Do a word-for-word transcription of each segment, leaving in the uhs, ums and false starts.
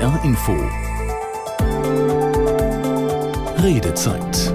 R Info. Redezeit.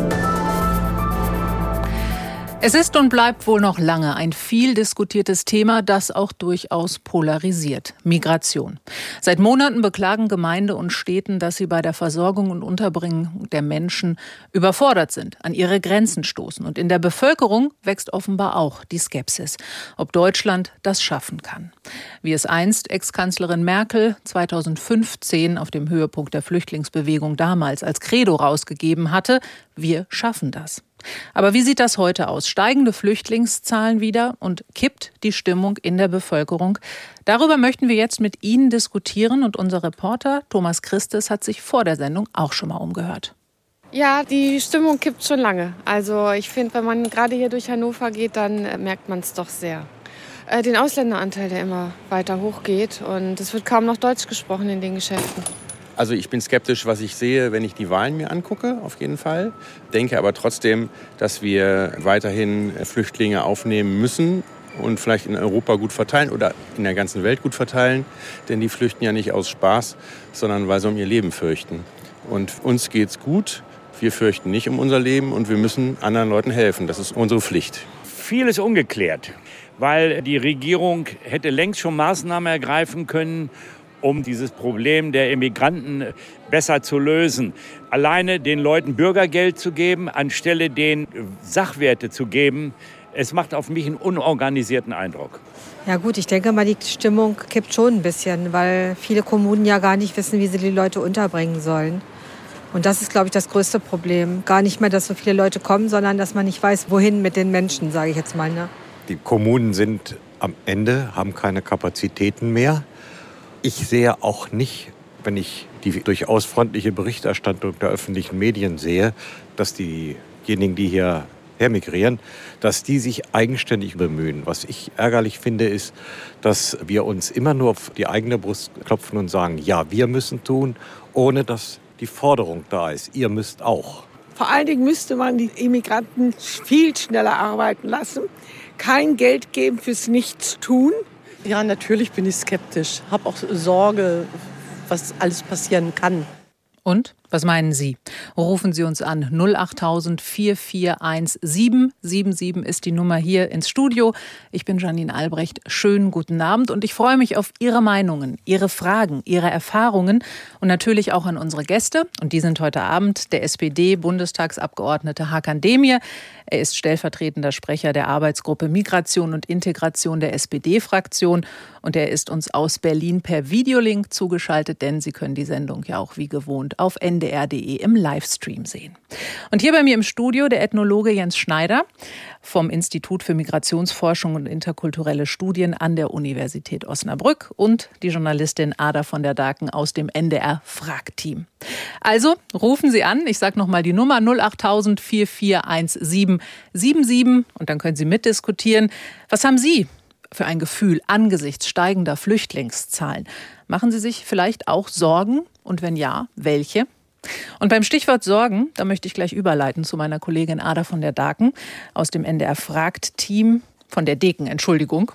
Es ist und bleibt wohl noch lange ein viel diskutiertes Thema, das auch durchaus polarisiert: Migration. Seit Monaten beklagen Gemeinde und Städten, dass sie bei der Versorgung und Unterbringung der Menschen überfordert sind, an ihre Grenzen stoßen. Und in der Bevölkerung wächst offenbar auch die Skepsis, ob Deutschland das schaffen kann. Wie es einst Ex-Kanzlerin Merkel zweitausendfünfzehn auf dem Höhepunkt der Flüchtlingsbewegung damals als Credo rausgegeben hatte: Wir schaffen das. Aber wie sieht das heute aus? Steigende Flüchtlingszahlen wieder und kippt die Stimmung in der Bevölkerung? Darüber möchten wir jetzt mit Ihnen diskutieren und unser Reporter Thomas Christes hat sich vor der Sendung auch schon mal umgehört. Ja, die Stimmung kippt schon lange. Also ich finde, wenn man gerade hier durch Hannover geht, dann merkt man es doch sehr. Äh, den Ausländeranteil, der immer weiter hochgeht, und es wird kaum noch Deutsch gesprochen in den Geschäften. Also ich bin skeptisch, was ich sehe, wenn ich die Wahlen mir angucke, auf jeden Fall. Denke aber trotzdem, dass wir weiterhin Flüchtlinge aufnehmen müssen und vielleicht in Europa gut verteilen oder in der ganzen Welt gut verteilen. Denn die flüchten ja nicht aus Spaß, sondern weil sie um ihr Leben fürchten. Und uns geht's gut, wir fürchten nicht um unser Leben und wir müssen anderen Leuten helfen. Das ist unsere Pflicht. Vieles ungeklärt, weil die Regierung hätte längst schon Maßnahmen ergreifen können, um dieses Problem der Immigranten besser zu lösen. Alleine den Leuten Bürgergeld zu geben, anstelle denen Sachwerte zu geben, es macht auf mich einen unorganisierten Eindruck. Ja gut, ich denke mal, die Stimmung kippt schon ein bisschen, weil viele Kommunen ja gar nicht wissen, wie sie die Leute unterbringen sollen. Und das ist, glaube ich, das größte Problem. Gar nicht mehr, dass so viele Leute kommen, sondern dass man nicht weiß, wohin mit den Menschen, sage ich jetzt mal. Ne? Die Kommunen sind am Ende, haben keine Kapazitäten mehr. Ich sehe auch nicht, wenn ich die durchaus freundliche Berichterstattung der öffentlichen Medien sehe, dass diejenigen, die hier hermigrieren, dass die sich eigenständig bemühen. Was ich ärgerlich finde, ist, dass wir uns immer nur auf die eigene Brust klopfen und sagen, ja, wir müssen tun, ohne dass die Forderung da ist. Ihr müsst auch. Vor allen Dingen müsste man die Immigranten viel schneller arbeiten lassen, kein Geld geben fürs Nichtstun. Ja, natürlich bin ich skeptisch. Habe auch Sorge, was alles passieren kann. Und? Was meinen Sie? Rufen Sie uns an. null acht tausend vier vier eins sieben sieben sieben ist die Nummer hier ins Studio. Ich bin Janine Albrecht. Schönen guten Abend und ich freue mich auf Ihre Meinungen, Ihre Fragen, Ihre Erfahrungen und natürlich auch an unsere Gäste. Und die sind heute Abend der S P D-Bundestagsabgeordnete Hakan Demir. Er ist stellvertretender Sprecher der Arbeitsgruppe Migration und Integration der S P D-Fraktion. Und er ist uns aus Berlin per Videolink zugeschaltet, denn Sie können die Sendung ja auch wie gewohnt auf N D R punkt de im Livestream sehen. Und hier bei mir im Studio der Ethnologe Jens Schneider vom Institut für Migrationsforschung und interkulturelle Studien an der Universität Osnabrück und die Journalistin Ada von der Daken aus dem N D R-Frag-Team. Also rufen Sie an, ich sage nochmal die Nummer null acht tausend vier vier eins sieben sieben sieben und dann können Sie mitdiskutieren. Was haben Sie für ein Gefühl angesichts steigender Flüchtlingszahlen? Machen Sie sich vielleicht auch Sorgen? Und wenn ja, welche? Und beim Stichwort Sorgen, da möchte ich gleich überleiten zu meiner Kollegin Ada von der Daken aus dem N D R-Fragt-Team. Von der Deken, Entschuldigung.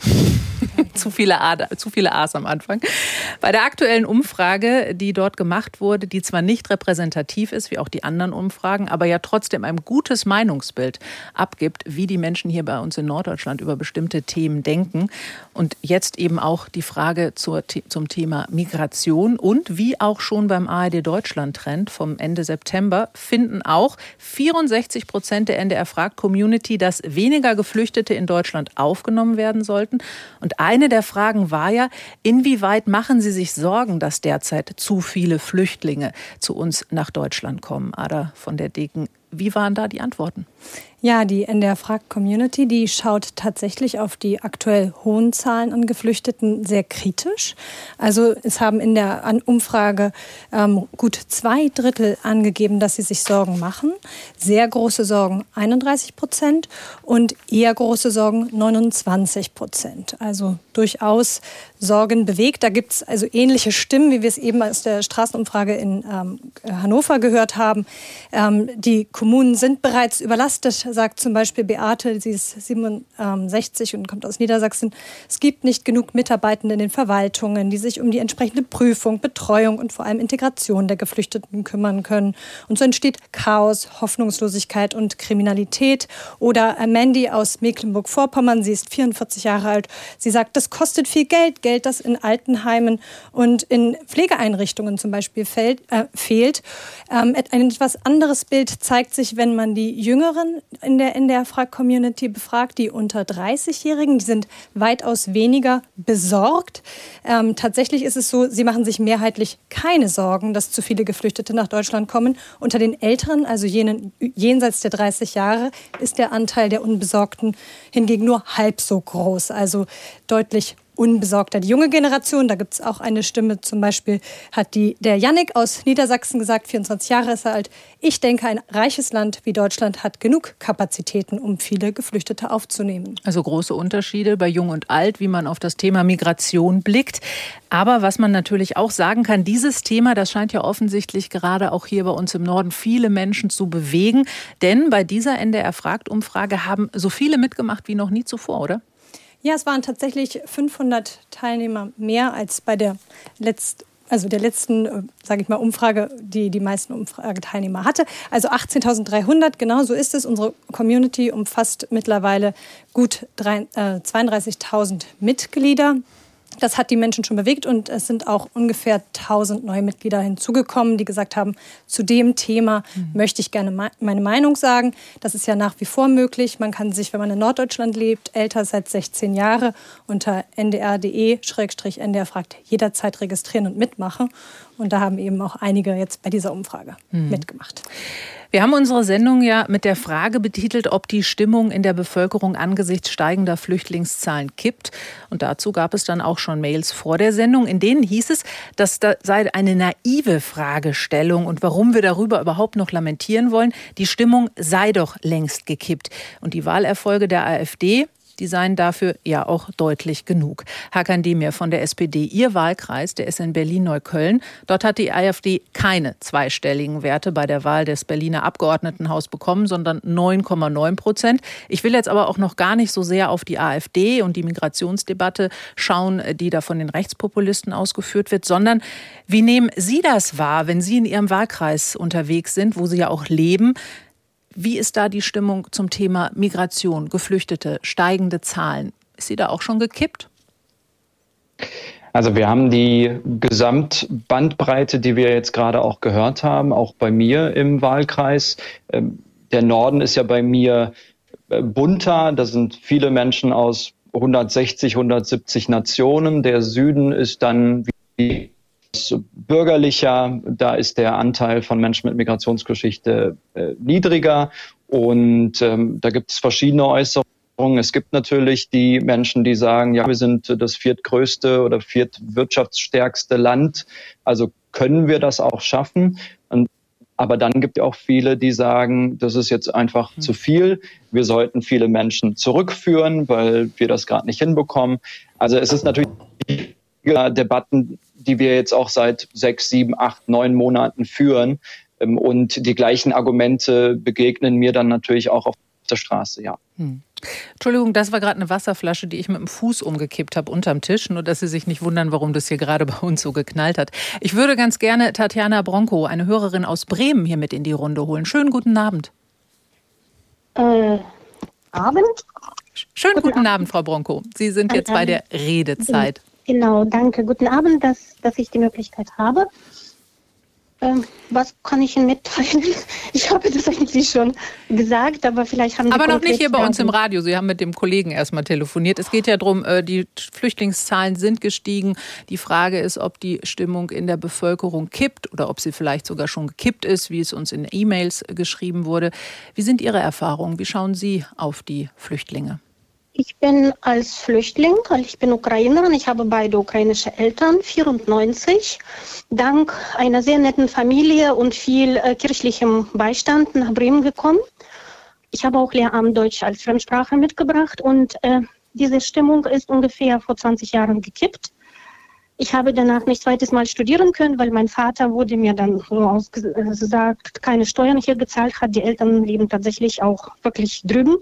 zu viele A, zu viele A's am Anfang. Bei der aktuellen Umfrage, die dort gemacht wurde, die zwar nicht repräsentativ ist, wie auch die anderen Umfragen, aber ja trotzdem ein gutes Meinungsbild abgibt, wie die Menschen hier bei uns in Norddeutschland über bestimmte Themen denken. Und jetzt eben auch die Frage zur, zum Thema Migration und wie auch schon beim A R D-Deutschland-Trend vom Ende September finden auch vierundsechzig Prozent der N D R-Frag-Community, dass weniger Geflüchtete in Deutschland aufgenommen werden sollten. Und eine der Fragen war ja, inwieweit machen Sie sich Sorgen, dass derzeit zu viele Flüchtlinge zu uns nach Deutschland kommen? Ada von der Deken, wie waren da die Antworten? Ja, die N D R-Frag-Community, die schaut tatsächlich auf die aktuell hohen Zahlen an Geflüchteten sehr kritisch. Also es haben in der Umfrage ähm, gut zwei Drittel angegeben, dass sie sich Sorgen machen. Sehr große Sorgen einunddreißig Prozent und eher große Sorgen neunundzwanzig Prozent. Also durchaus Sorgen bewegt. Da gibt es also ähnliche Stimmen, wie wir es eben aus der Straßenumfrage in ähm, Hannover gehört haben. Ähm, die Kommunen sind bereits überlastet, sagt zum Beispiel Beate, sie ist siebenundsechzig und kommt aus Niedersachsen, es gibt nicht genug Mitarbeitende in den Verwaltungen, die sich um die entsprechende Prüfung, Betreuung und vor allem Integration der Geflüchteten kümmern können. Und so entsteht Chaos, Hoffnungslosigkeit und Kriminalität. Oder Mandy aus Mecklenburg-Vorpommern, sie ist vierundvierzig Jahre alt, sie sagt, das kostet viel Geld, Geld, das in Altenheimen und in Pflegeeinrichtungen zum Beispiel fällt, äh, fehlt. Ähm, ein etwas anderes Bild zeigt sich, wenn man die Jüngeren in der, in der Frag-Community befragt, die unter dreißigjährigen, die sind weitaus weniger besorgt. Ähm, tatsächlich ist es so, sie machen sich mehrheitlich keine Sorgen, dass zu viele Geflüchtete nach Deutschland kommen. Unter den Älteren, also jenen jenseits der dreißig Jahre, ist der Anteil der Unbesorgten hingegen nur halb so groß, also deutlich unbesorgter. Die junge Generation, da gibt es auch eine Stimme, zum Beispiel hat die, der Jannik aus Niedersachsen gesagt, vierundzwanzig Jahre ist er alt, ich denke, ein reiches Land wie Deutschland hat genug Kapazitäten, um viele Geflüchtete aufzunehmen. Also große Unterschiede bei Jung und Alt, wie man auf das Thema Migration blickt. Aber was man natürlich auch sagen kann, dieses Thema, das scheint ja offensichtlich gerade auch hier bei uns im Norden viele Menschen zu bewegen. Denn bei dieser N D R-Fragt-Umfrage haben so viele mitgemacht wie noch nie zuvor, oder? Ja, es waren tatsächlich fünfhundert Teilnehmer mehr als bei der letzten, also der letzten, sage ich mal, Umfrage, die die meisten Umfrageteilnehmer hatte. Also achtzehntausenddreihundert, genau so ist es. Unsere Community umfasst mittlerweile gut zweiunddreißigtausend Mitglieder. Das hat die Menschen schon bewegt und es sind auch ungefähr tausend neue Mitglieder hinzugekommen, die gesagt haben, zu dem Thema mhm. möchte ich gerne me- meine Meinung sagen. Das ist ja nach wie vor möglich. Man kann sich, wenn man in Norddeutschland lebt, älter als sechzehn Jahre, unter n d r punkt d e schrägstrich n d r fragt jederzeit registrieren und mitmachen. Und da haben eben auch einige jetzt bei dieser Umfrage mhm. mitgemacht. Wir haben unsere Sendung ja mit der Frage betitelt, ob die Stimmung in der Bevölkerung angesichts steigender Flüchtlingszahlen kippt. Und dazu gab es dann auch schon Mails vor der Sendung, in denen hieß es, das sei eine naive Fragestellung und warum wir darüber überhaupt noch lamentieren wollen. Die Stimmung sei doch längst gekippt. Und die Wahlerfolge der AfD, die seien dafür ja auch deutlich genug. Hakan Demir von der S P D, Ihr Wahlkreis, der ist in Berlin-Neukölln. Dort hat die AfD keine zweistelligen Werte bei der Wahl des Berliner Abgeordnetenhaus bekommen, sondern neun Komma neun Prozent. Ich will jetzt aber auch noch gar nicht so sehr auf die AfD und die Migrationsdebatte schauen, die da von den Rechtspopulisten ausgeführt wird, sondern wie nehmen Sie das wahr, wenn Sie in Ihrem Wahlkreis unterwegs sind, wo Sie ja auch leben? Wie ist da die Stimmung zum Thema Migration, Geflüchtete, steigende Zahlen? Ist sie da auch schon gekippt? Also wir haben die Gesamtbandbreite, die wir jetzt gerade auch gehört haben, auch bei mir im Wahlkreis. Der Norden ist ja bei mir bunter, da sind viele Menschen aus hundertsechzig, hundertsiebzig Nationen. Der Süden ist dann wie bürgerlicher, da ist der Anteil von Menschen mit Migrationsgeschichte äh, niedriger und ähm, da gibt es verschiedene Äußerungen. Es gibt natürlich die Menschen, die sagen, ja, wir sind das viertgrößte oder viertwirtschaftsstärkste Land, also können wir das auch schaffen. Und, aber dann gibt es auch viele, die sagen, das ist jetzt einfach mhm. zu viel. Wir sollten viele Menschen zurückführen, weil wir das gerade nicht hinbekommen. Also es ist natürlich Debatten, die wir jetzt auch seit sechs, sieben, acht, neun Monaten führen. Und die gleichen Argumente begegnen mir dann natürlich auch auf der Straße, ja. Hm. Entschuldigung, das war gerade eine Wasserflasche, die ich mit dem Fuß umgekippt habe unterm Tisch. Nur, dass Sie sich nicht wundern, warum das hier gerade bei uns so geknallt hat. Ich würde ganz gerne Tatjana Bronco, eine Hörerin aus Bremen, hier mit in die Runde holen. Schönen guten Abend. Äh, Abend? Schönen guten, guten Abend. Abend, Frau Bronco. Sie sind jetzt bei der Redezeit. Genau, danke. Guten Abend, dass, dass ich die Möglichkeit habe. Ähm, was kann ich Ihnen mitteilen? Ich habe das eigentlich schon gesagt, aber vielleicht haben Sie Aber noch nicht hier bei uns im Radio. Sie haben mit dem Kollegen erstmal telefoniert. Es geht ja darum, die Flüchtlingszahlen sind gestiegen. Die Frage ist, ob die Stimmung in der Bevölkerung kippt oder ob sie vielleicht sogar schon gekippt ist, wie es uns in E-Mails geschrieben wurde. Wie sind Ihre Erfahrungen? Wie schauen Sie auf die Flüchtlinge? Ich bin als Flüchtling, ich bin Ukrainerin, ich habe beide ukrainische Eltern, vierundneunzig, dank einer sehr netten Familie und viel äh, kirchlichem Beistand nach Bremen gekommen. Ich habe auch Lehramt Deutsch als Fremdsprache mitgebracht und äh, diese Stimmung ist ungefähr vor zwanzig Jahren gekippt. Ich habe danach nicht zweites Mal studieren können, weil mein Vater wurde mir dann so ausgesagt, keine Steuern hier gezahlt hat. Die Eltern leben tatsächlich auch wirklich drüben.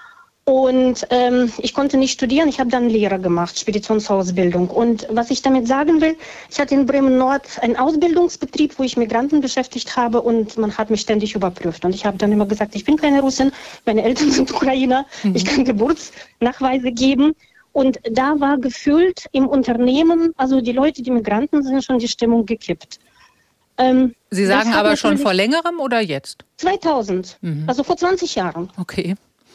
Und ähm, ich konnte nicht studieren, ich habe dann Lehre gemacht, Speditionsausbildung. Und was ich damit sagen will, ich hatte in Bremen-Nord einen Ausbildungsbetrieb, wo ich Migranten beschäftigt habe und man hat mich ständig überprüft. Und ich habe dann immer gesagt, ich bin keine Russin, meine Eltern sind Ukrainer, mhm. ich kann Geburtsnachweise geben. Und da war gefühlt im Unternehmen, also die Leute, die Migranten sind, schon die Stimmung gekippt. Ähm, Sie sagen aber schon vor längerem oder jetzt? zweitausend, mhm. also vor zwanzig Jahren. Okay.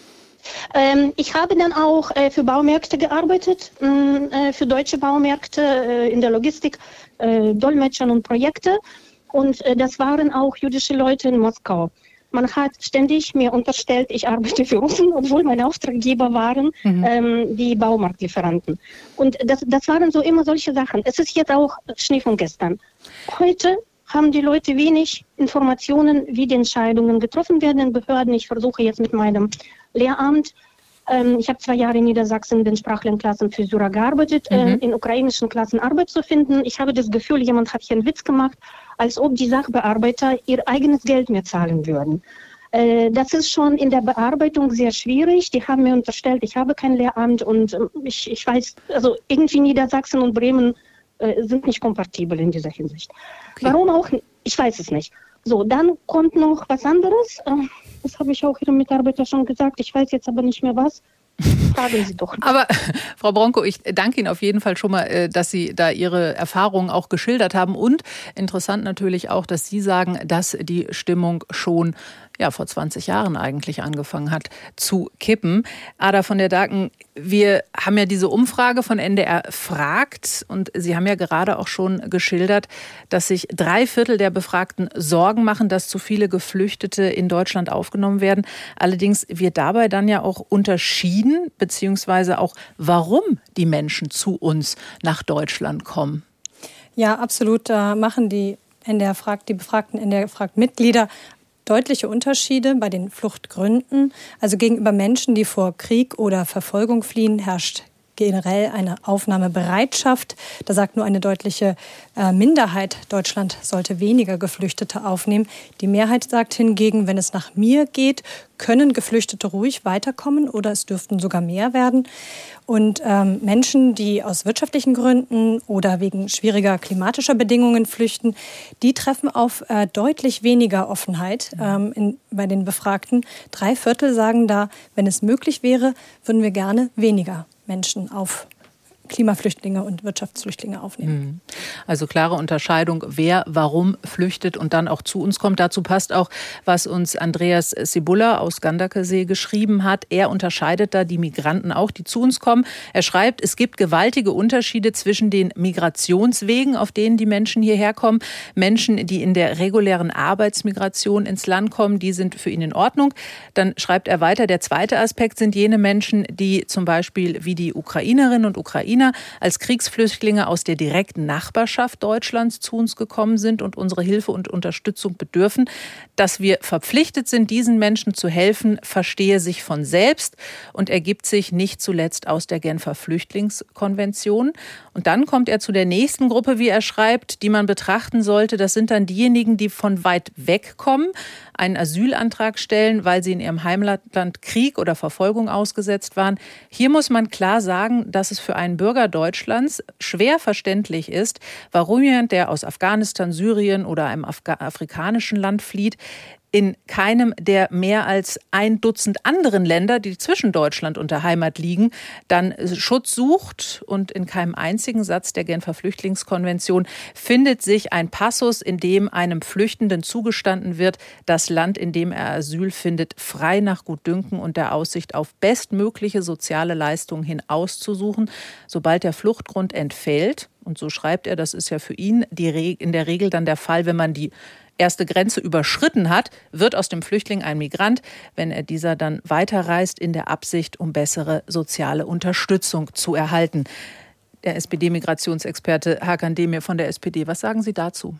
Ähm, ich habe dann auch äh, für Baumärkte gearbeitet, mh, äh, für deutsche Baumärkte äh, in der Logistik, äh, Dolmetschern und Projekte. Und äh, das waren auch jüdische Leute in Moskau. Man hat ständig mir unterstellt, ich arbeite für Russen, obwohl meine Auftraggeber waren mhm. ähm, die Baumarktlieferanten. Und das, das waren so immer solche Sachen. Es ist jetzt auch Schnee von gestern. Heute haben die Leute wenig Informationen, wie die Entscheidungen getroffen werden in Behörden. Ich versuche jetzt mit meinem Lehramt, ähm, ich habe zwei Jahre in Niedersachsen in den Sprachlernklassen für Syrer gearbeitet, mhm. äh, in ukrainischen Klassen Arbeit zu finden. Ich habe das Gefühl, jemand hat hier einen Witz gemacht, als ob die Sachbearbeiter ihr eigenes Geld mehr zahlen würden. Äh, das ist schon in der Bearbeitung sehr schwierig. Die haben mir unterstellt, ich habe kein Lehramt und äh, ich, ich weiß, also irgendwie Niedersachsen und Bremen äh, sind nicht kompatibel in dieser Hinsicht. Okay. Warum auch? Ich weiß es nicht. So, dann kommt noch was anderes. Äh, das habe ich auch Ihrem Mitarbeiter schon gesagt. Ich weiß jetzt aber nicht mehr was. Fragen Sie doch. Aber Frau Bronco, ich danke Ihnen auf jeden Fall schon mal, dass Sie da Ihre Erfahrungen auch geschildert haben. Und interessant natürlich auch, dass Sie sagen, dass die Stimmung schon ja, vor zwanzig Jahren eigentlich angefangen hat zu kippen. Ada von der Daken, wir haben ja diese Umfrage von N D R fragt und Sie haben ja gerade auch schon geschildert, dass sich drei Viertel der Befragten Sorgen machen, dass zu viele Geflüchtete in Deutschland aufgenommen werden. Allerdings wird dabei dann ja auch unterschieden, beziehungsweise auch, warum die Menschen zu uns nach Deutschland kommen. Ja, absolut. Da machen die N D R fragt, die befragten N D R fragt Mitglieder deutliche Unterschiede bei den Fluchtgründen. Also gegenüber Menschen, die vor Krieg oder Verfolgung fliehen, herrscht generell eine Aufnahmebereitschaft. Da sagt nur eine deutliche äh, Minderheit, Deutschland sollte weniger Geflüchtete aufnehmen. Die Mehrheit sagt hingegen, wenn es nach mir geht, können Geflüchtete ruhig weiterkommen oder es dürften sogar mehr werden. Und ähm, Menschen, die aus wirtschaftlichen Gründen oder wegen schwieriger klimatischer Bedingungen flüchten, die treffen auf äh, deutlich weniger Offenheit ähm, in, bei den Befragten. Drei Viertel sagen da, wenn es möglich wäre, würden wir gerne weniger Menschen auf Klimaflüchtlinge und Wirtschaftsflüchtlinge aufnehmen. Also klare Unterscheidung, wer warum flüchtet und dann auch zu uns kommt. Dazu passt auch, was uns Andreas Sibulla aus Ganderkesee geschrieben hat. Er unterscheidet da die Migranten auch, die zu uns kommen. Er schreibt, es gibt gewaltige Unterschiede zwischen den Migrationswegen, auf denen die Menschen hierher kommen. Menschen, die in der regulären Arbeitsmigration ins Land kommen, die sind für ihn in Ordnung. Dann schreibt er weiter, der zweite Aspekt sind jene Menschen, die zum Beispiel wie die Ukrainerinnen und Ukrainer als Kriegsflüchtlinge aus der direkten Nachbarschaft Deutschlands zu uns gekommen sind und unsere Hilfe und Unterstützung bedürfen. Dass wir verpflichtet sind, diesen Menschen zu helfen, verstehe sich von selbst und ergibt sich nicht zuletzt aus der Genfer Flüchtlingskonvention. Und dann kommt er zu der nächsten Gruppe, wie er schreibt, die man betrachten sollte. Das sind dann diejenigen, die von weit weg kommen, einen Asylantrag stellen, weil sie in ihrem Heimatland Krieg oder Verfolgung ausgesetzt waren. Hier muss man klar sagen, dass es für einen Bürger Deutschlands schwer verständlich ist, warum jemand, der aus Afghanistan, Syrien oder einem Afga- afrikanischen Land flieht, in keinem der mehr als ein Dutzend anderen Länder, die zwischen Deutschland und der Heimat liegen, dann Schutz sucht. Und in keinem einzigen Satz der Genfer Flüchtlingskonvention findet sich ein Passus, in dem einem Flüchtenden zugestanden wird, das Land, in dem er Asyl findet, frei nach Gutdünken und der Aussicht auf bestmögliche soziale Leistungen hin auszusuchen, sobald der Fluchtgrund entfällt. Und so schreibt er, das ist ja für ihn die Re- in der Regel dann der Fall, wenn man die erste Grenze überschritten hat, wird aus dem Flüchtling ein Migrant, wenn er dieser dann weiterreist in der Absicht, um bessere soziale Unterstützung zu erhalten. Der S P D-Migrationsexperte Hakan Demir von der S P D, was sagen Sie dazu?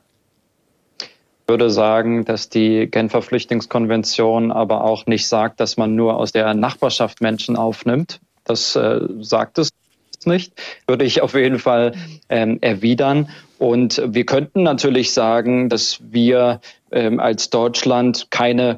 Ich würde sagen, dass die Genfer Flüchtlingskonvention aber auch nicht sagt, dass man nur aus der Nachbarschaft Menschen aufnimmt. Das äh, sagt es nicht, würde ich auf jeden Fall ähm, erwidern. Und wir könnten natürlich sagen, dass wir ähm, als Deutschland keine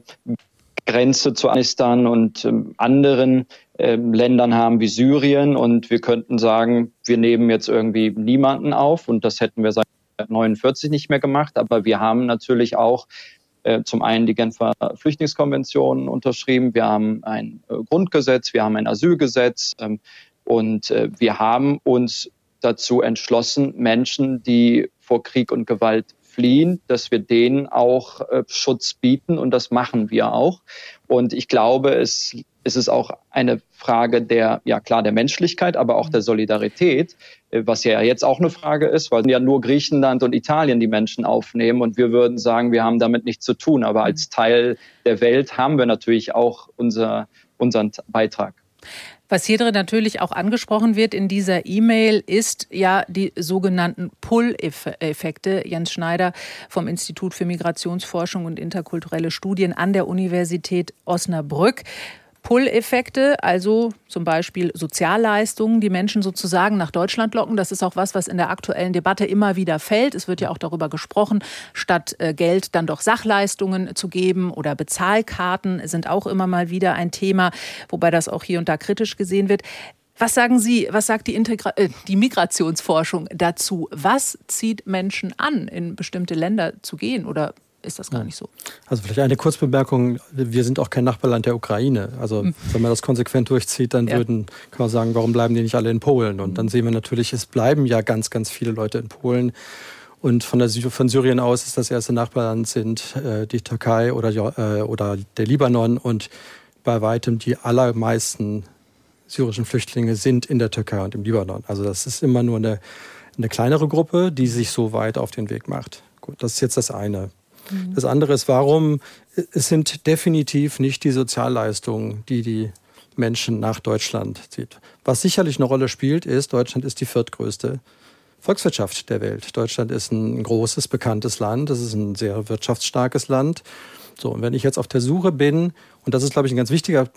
Grenze zu Afghanistan und ähm, anderen ähm, Ländern haben wie Syrien. Und wir könnten sagen, wir nehmen jetzt irgendwie niemanden auf. Und das hätten wir seit neunundvierzig nicht mehr gemacht. Aber wir haben natürlich auch äh, zum einen die Genfer Flüchtlingskonvention unterschrieben. Wir haben ein äh, Grundgesetz, wir haben ein Asylgesetz. Ähm, und äh, wir haben uns dazu entschlossen, Menschen, die vor Krieg und Gewalt fliehen, dass wir denen auch äh, Schutz bieten, und das machen wir auch. Und ich glaube, es, es ist auch eine Frage der, ja klar, der Menschlichkeit, aber auch der Solidarität, äh, was ja jetzt auch eine Frage ist, weil ja nur Griechenland und Italien die Menschen aufnehmen, und wir würden sagen, wir haben damit nichts zu tun. Aber als Teil der Welt haben wir natürlich auch unser, unseren Beitrag. Was hier drin natürlich auch angesprochen wird in dieser E-Mail, ist ja die sogenannten Pull-Effekte. Jens Schneider vom Institut für Migrationsforschung und interkulturelle Studien an der Universität Osnabrück. Pull-Effekte, also zum Beispiel Sozialleistungen, die Menschen sozusagen nach Deutschland locken. Das ist auch was, was in der aktuellen Debatte immer wieder fällt. Es wird ja auch darüber gesprochen, statt äh, Geld dann doch Sachleistungen zu geben, oder Bezahlkarten sind auch immer mal wieder ein Thema, wobei das auch hier und da kritisch gesehen wird. Was sagen Sie, was sagt die, Integra- äh, die Migrationsforschung dazu? Was zieht Menschen an, in bestimmte Länder zu gehen, oder ist das gar nicht so? Also vielleicht eine Kurzbemerkung. Wir sind auch kein Nachbarland der Ukraine. Also mhm. wenn man das konsequent durchzieht, dann ja. würden, kann man sagen, warum bleiben die nicht alle in Polen? Und dann sehen wir natürlich, es bleiben ja ganz, ganz viele Leute in Polen. Und von, der, von Syrien aus ist das erste Nachbarland sind äh, die Türkei oder, äh, oder der Libanon. Und bei weitem die allermeisten syrischen Flüchtlinge sind in der Türkei und im Libanon. Also das ist immer nur eine, eine kleinere Gruppe, die sich so weit auf den Weg macht. Gut, das ist jetzt das eine. Das andere ist, warum, es sind definitiv nicht die Sozialleistungen, die die Menschen nach Deutschland zieht. Was sicherlich eine Rolle spielt, ist, Deutschland ist die viertgrößte Volkswirtschaft der Welt. Deutschland ist ein großes, bekanntes Land, es ist ein sehr wirtschaftsstarkes Land. So, und wenn ich jetzt auf der Suche bin, und das ist, glaube ich, ein ganz wichtiger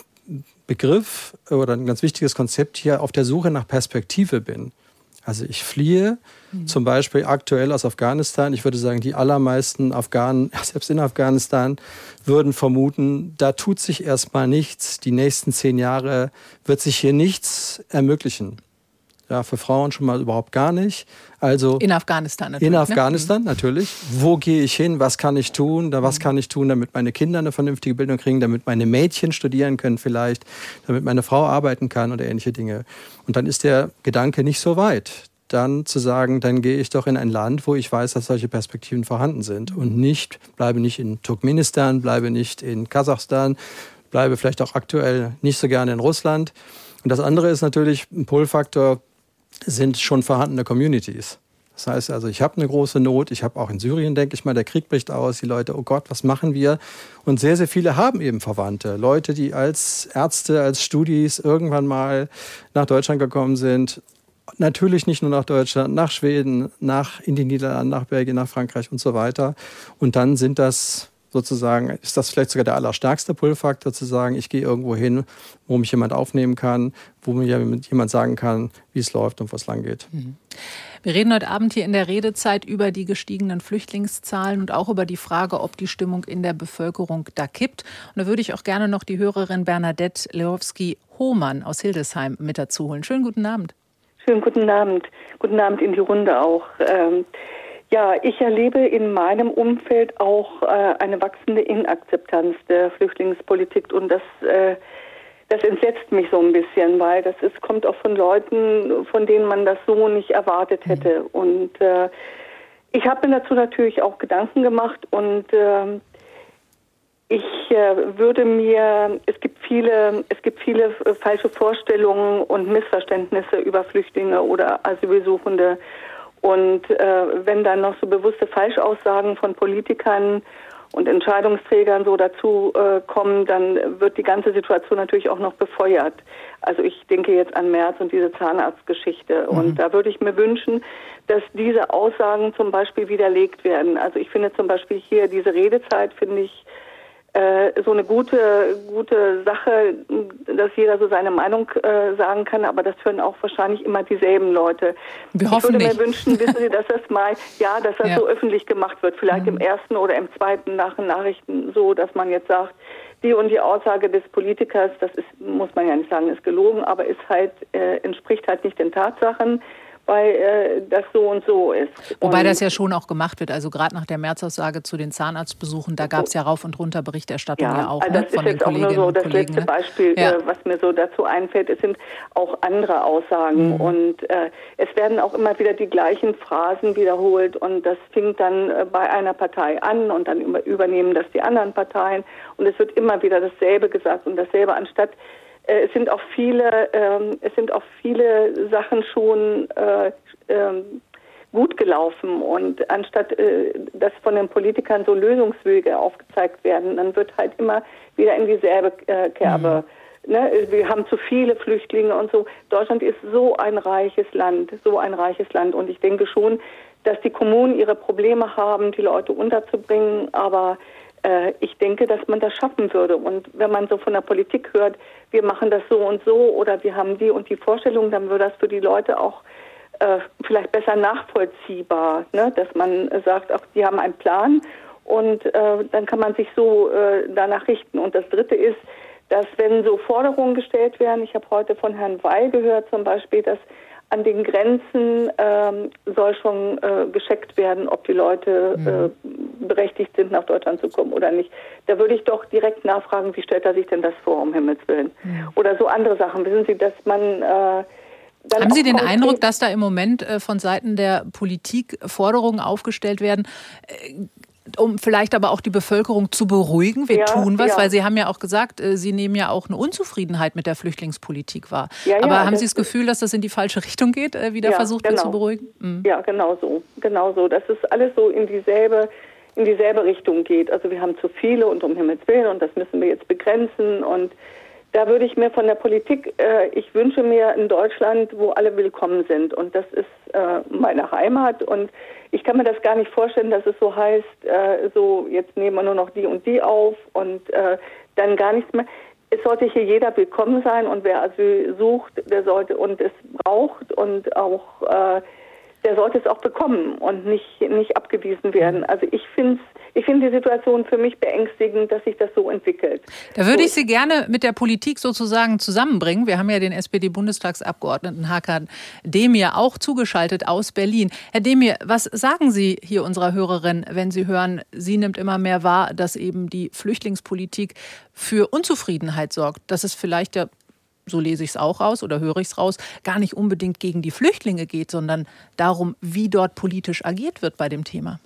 Begriff oder ein ganz wichtiges Konzept hier, auf der Suche nach Perspektive bin. Also ich fliehe mhm. zum Beispiel aktuell aus Afghanistan. Ich würde sagen, die allermeisten Afghanen, selbst in Afghanistan, würden vermuten, da tut sich erstmal nichts. Die nächsten zehn Jahre wird sich hier nichts ermöglichen. Ja, für Frauen schon mal überhaupt gar nicht. Also in Afghanistan natürlich. In Afghanistan ne? natürlich. Wo gehe ich hin? Was kann ich tun? Da, was kann ich tun, damit meine Kinder eine vernünftige Bildung kriegen, damit meine Mädchen studieren können vielleicht, damit meine Frau arbeiten kann oder ähnliche Dinge. Und dann ist der Gedanke nicht so weit, dann zu sagen, dann gehe ich doch in ein Land, wo ich weiß, dass solche Perspektiven vorhanden sind. Und nicht, bleibe nicht in Turkmenistan, bleibe nicht in Kasachstan, bleibe vielleicht auch aktuell nicht so gerne in Russland. Und das andere ist natürlich ein Pull-Faktor, sind schon vorhandene Communities. Das heißt also, ich habe eine große Not. Ich habe auch in Syrien, denke ich mal, der Krieg bricht aus. Die Leute, oh Gott, was machen wir? Und sehr, sehr viele haben eben Verwandte. Leute, die als Ärzte, als Studis irgendwann mal nach Deutschland gekommen sind. Natürlich nicht nur nach Deutschland, nach Schweden, nach in die Niederlande, nach Belgien, nach Frankreich und so weiter. Und dann sind das sozusagen, ist das vielleicht sogar der allerstärkste Pull-Faktor, zu sagen, ich gehe irgendwo hin, wo mich jemand aufnehmen kann, wo mir jemand sagen kann, wie es läuft und wo es lang geht. Wir reden heute Abend hier in der Redezeit über die gestiegenen Flüchtlingszahlen und auch über die Frage, ob die Stimmung in der Bevölkerung da kippt. Und da würde ich auch gerne noch die Hörerin Bernadette Lewowski-Hohmann aus Hildesheim mit dazu holen. Schönen guten Abend. Schönen guten Abend. Guten Abend in die Runde auch. Ähm Ja, ich erlebe in meinem Umfeld auch äh, eine wachsende Inakzeptanz der Flüchtlingspolitik, und das, äh, das entsetzt mich so ein bisschen, weil das ist, kommt auch von Leuten, von denen man das so nicht erwartet hätte. Und äh, ich habe mir dazu natürlich auch Gedanken gemacht, und äh, ich äh, würde mir, es gibt viele, es gibt viele falsche Vorstellungen und Missverständnisse über Flüchtlinge oder Asylsuchende. Und äh, wenn dann noch so bewusste Falschaussagen von Politikern und Entscheidungsträgern so dazu äh, kommen, dann wird die ganze Situation natürlich auch noch befeuert. Also ich denke jetzt an Merz und diese Zahnarztgeschichte. Mhm. Und da würde ich mir wünschen, dass diese Aussagen zum Beispiel widerlegt werden. Also ich finde zum Beispiel hier diese Redezeit, finde ich, äh, so eine gute, gute Sache, dass jeder so seine Meinung äh, sagen kann, aber das hören auch wahrscheinlich immer dieselben Leute. Wir hoffen ich würde nicht. mir wünschen, wissen Sie, dass das mal, ja, dass das ja. so öffentlich gemacht wird, vielleicht mhm. im ersten oder im zweiten nach den Nachrichten so, dass man jetzt sagt, die und die Aussage des Politikers, das ist, muss man ja nicht sagen, ist gelogen, aber ist halt, äh, entspricht halt nicht den Tatsachen, weil äh, das so und so ist. Wobei und das ja schon auch gemacht wird. Also gerade nach der Märzaussage zu den Zahnarztbesuchen, da gab es ja rauf und runter Berichterstattung ja, ja auch also ne, das von ist den jetzt auch nur so das Kollegen, letzte ne? Beispiel, ja. äh, was mir so dazu einfällt. Es sind auch andere Aussagen mhm. und äh, es werden auch immer wieder die gleichen Phrasen wiederholt und das fing dann äh, bei einer Partei an und dann über, übernehmen das die anderen Parteien und es wird immer wieder dasselbe gesagt und dasselbe, anstatt es sind auch viele, ähm, es sind auch viele Sachen schon äh, ähm, gut gelaufen und anstatt, äh, dass von den Politikern so Lösungswege aufgezeigt werden, dann wird halt immer wieder in dieselbe äh, Kerbe. Mhm. Ne? Wir haben zu viele Flüchtlinge und so. Deutschland ist so ein reiches Land, so ein reiches Land und ich denke schon, dass die Kommunen ihre Probleme haben, die Leute unterzubringen, aber ich denke, dass man das schaffen würde. Und wenn man so von der Politik hört, wir machen das so und so oder wir haben die und die Vorstellung, dann wird das für die Leute auch äh, vielleicht besser nachvollziehbar, ne? Dass man sagt, auch die haben einen Plan und äh, dann kann man sich so äh, danach richten. Und das Dritte ist, dass wenn so Forderungen gestellt werden, ich habe heute von Herrn Weil gehört zum Beispiel, dass an den Grenzen ähm, soll schon äh, gescheckt werden, ob die Leute mhm. äh, berechtigt sind, nach Deutschland zu kommen oder nicht. Da würde ich doch direkt nachfragen, wie stellt er sich denn das vor, um Himmels Willen? Mhm. Oder so andere Sachen. Wissen Sie, dass man... Äh, dann Haben Sie den konkret Eindruck, dass da im Moment äh, von Seiten der Politik Forderungen aufgestellt werden, äh, um vielleicht aber auch die Bevölkerung zu beruhigen? Wir ja, tun was, ja. weil Sie haben ja auch gesagt, Sie nehmen ja auch eine Unzufriedenheit mit der Flüchtlingspolitik wahr. Ja, aber ja, haben Sie das Gefühl, dass das in die falsche Richtung geht, wie da ja, versucht genau. wird zu beruhigen? Mhm. Ja, genau so. Genau so. Dass es alles so in dieselbe, in dieselbe Richtung geht. Also wir haben zu viele und um Himmels Willen und das müssen wir jetzt begrenzen. Und da würde ich mir von der Politik, äh, ich wünsche mir ein Deutschland, wo alle willkommen sind. Und das ist äh, meine Heimat. Und ich kann mir das gar nicht vorstellen, dass es so heißt, äh, so jetzt nehmen wir nur noch die und die auf und äh, dann gar nichts mehr. Es sollte hier jeder willkommen sein und wer Asyl sucht, der sollte und es braucht und auch äh, der sollte es auch bekommen und nicht nicht abgewiesen werden. Also ich finde ich finde die Situation für mich beängstigend, dass sich das so entwickelt. Da würde ich Sie gerne mit der Politik sozusagen zusammenbringen. Wir haben ja den S P D-Bundestagsabgeordneten Hakan Demir auch zugeschaltet aus Berlin. Herr Demir, was sagen Sie hier unserer Hörerin, wenn Sie hören, sie nimmt immer mehr wahr, dass eben die Flüchtlingspolitik für Unzufriedenheit sorgt, dass es vielleicht ja, so lese ich es auch raus oder höre ich es raus, gar nicht unbedingt gegen die Flüchtlinge geht, sondern darum, wie dort politisch agiert wird bei dem Thema?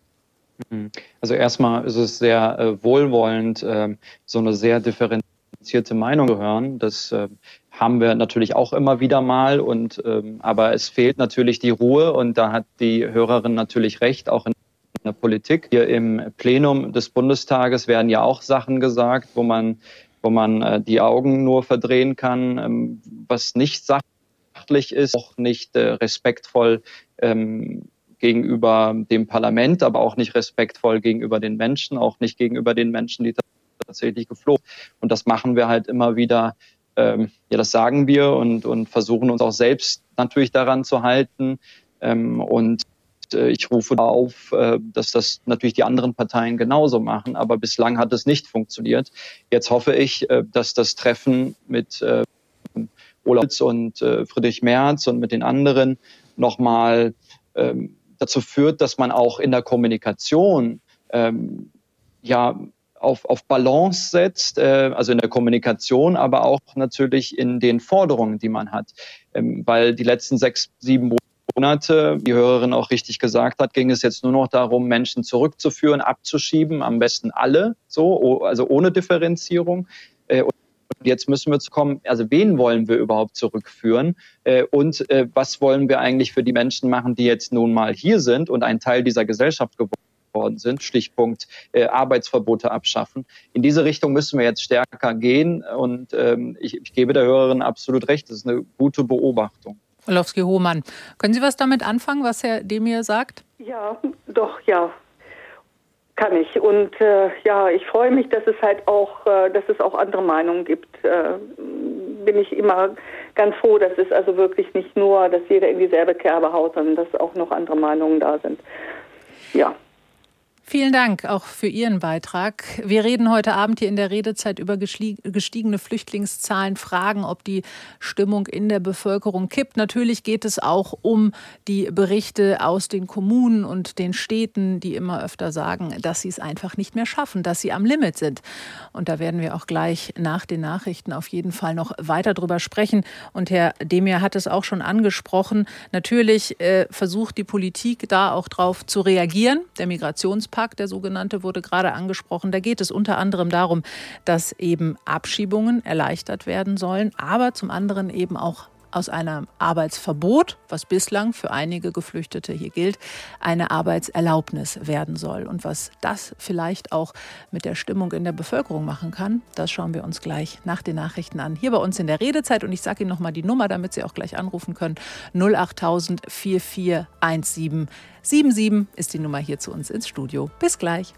Also erstmal ist es sehr äh, wohlwollend, äh, so eine sehr differenzierte Meinung zu hören. Das äh, haben wir natürlich auch immer wieder mal. Und ähm, aber es fehlt natürlich die Ruhe und da hat die Hörerin natürlich recht, auch in der Politik. Hier im Plenum des Bundestages werden ja auch Sachen gesagt, wo man wo man äh, die Augen nur verdrehen kann, ähm, was nicht sachlich ist, auch nicht äh, respektvoll ähm, gegenüber dem Parlament, aber auch nicht respektvoll gegenüber den Menschen, auch nicht gegenüber den Menschen, die tatsächlich geflohen sind. Und das machen wir halt immer wieder, ähm, ja, das sagen wir und, und versuchen uns auch selbst natürlich daran zu halten. Ähm, und äh, ich rufe auf, äh, dass das natürlich die anderen Parteien genauso machen, aber bislang hat es nicht funktioniert. Jetzt hoffe ich, äh, dass das Treffen mit äh, Olaf Scholz und äh, Friedrich Merz und mit den anderen nochmal ähm, dazu führt, dass man auch in der Kommunikation ähm, ja auf, auf Balance setzt, äh, also in der Kommunikation, aber auch natürlich in den Forderungen, die man hat. Ähm, weil die letzten sechs, sieben Monate, wie die Hörerin auch richtig gesagt hat, ging es jetzt nur noch darum, Menschen zurückzuführen, abzuschieben, am besten alle, so, also ohne Differenzierung. Äh, Jetzt müssen wir zu kommen, also wen wollen wir überhaupt zurückführen äh, und äh, was wollen wir eigentlich für die Menschen machen, die jetzt nun mal hier sind und ein Teil dieser Gesellschaft geworden sind, Stichpunkt äh, Arbeitsverbote abschaffen. In diese Richtung müssen wir jetzt stärker gehen und ähm, ich, ich gebe der Hörerin absolut recht, das ist eine gute Beobachtung. Orlowski-Hohmann, können Sie was damit anfangen, was Herr Demir sagt? Ja, doch, ja. kann ich. Und äh, ja, ich freue mich, dass es halt auch, äh, dass es auch andere Meinungen gibt. Äh, bin ich immer ganz froh, dass es also wirklich nicht nur, dass jeder in dieselbe Kerbe haut, sondern dass auch noch andere Meinungen da sind. Ja. Vielen Dank auch für Ihren Beitrag. Wir reden heute Abend hier in der Redezeit über gestiegene Flüchtlingszahlen, fragen, ob die Stimmung in der Bevölkerung kippt. Natürlich geht es auch um die Berichte aus den Kommunen und den Städten, die immer öfter sagen, dass sie es einfach nicht mehr schaffen, dass sie am Limit sind. Und da werden wir auch gleich nach den Nachrichten auf jeden Fall noch weiter drüber sprechen. Und Herr Demir hat es auch schon angesprochen. Natürlich äh, versucht die Politik da auch drauf zu reagieren. Der Migrationspakt, der sogenannte, wurde gerade angesprochen. Da geht es unter anderem darum, dass eben Abschiebungen erleichtert werden sollen, aber zum anderen eben auch aus einem Arbeitsverbot, was bislang für einige Geflüchtete hier gilt, eine Arbeitserlaubnis werden soll. Und was das vielleicht auch mit der Stimmung in der Bevölkerung machen kann, das schauen wir uns gleich nach den Nachrichten an. Hier bei uns in der Redezeit. Und ich sage Ihnen nochmal die Nummer, damit Sie auch gleich anrufen können. null acht null null vier vier eins sieben sieben sieben ist die Nummer hier zu uns ins Studio. Bis gleich.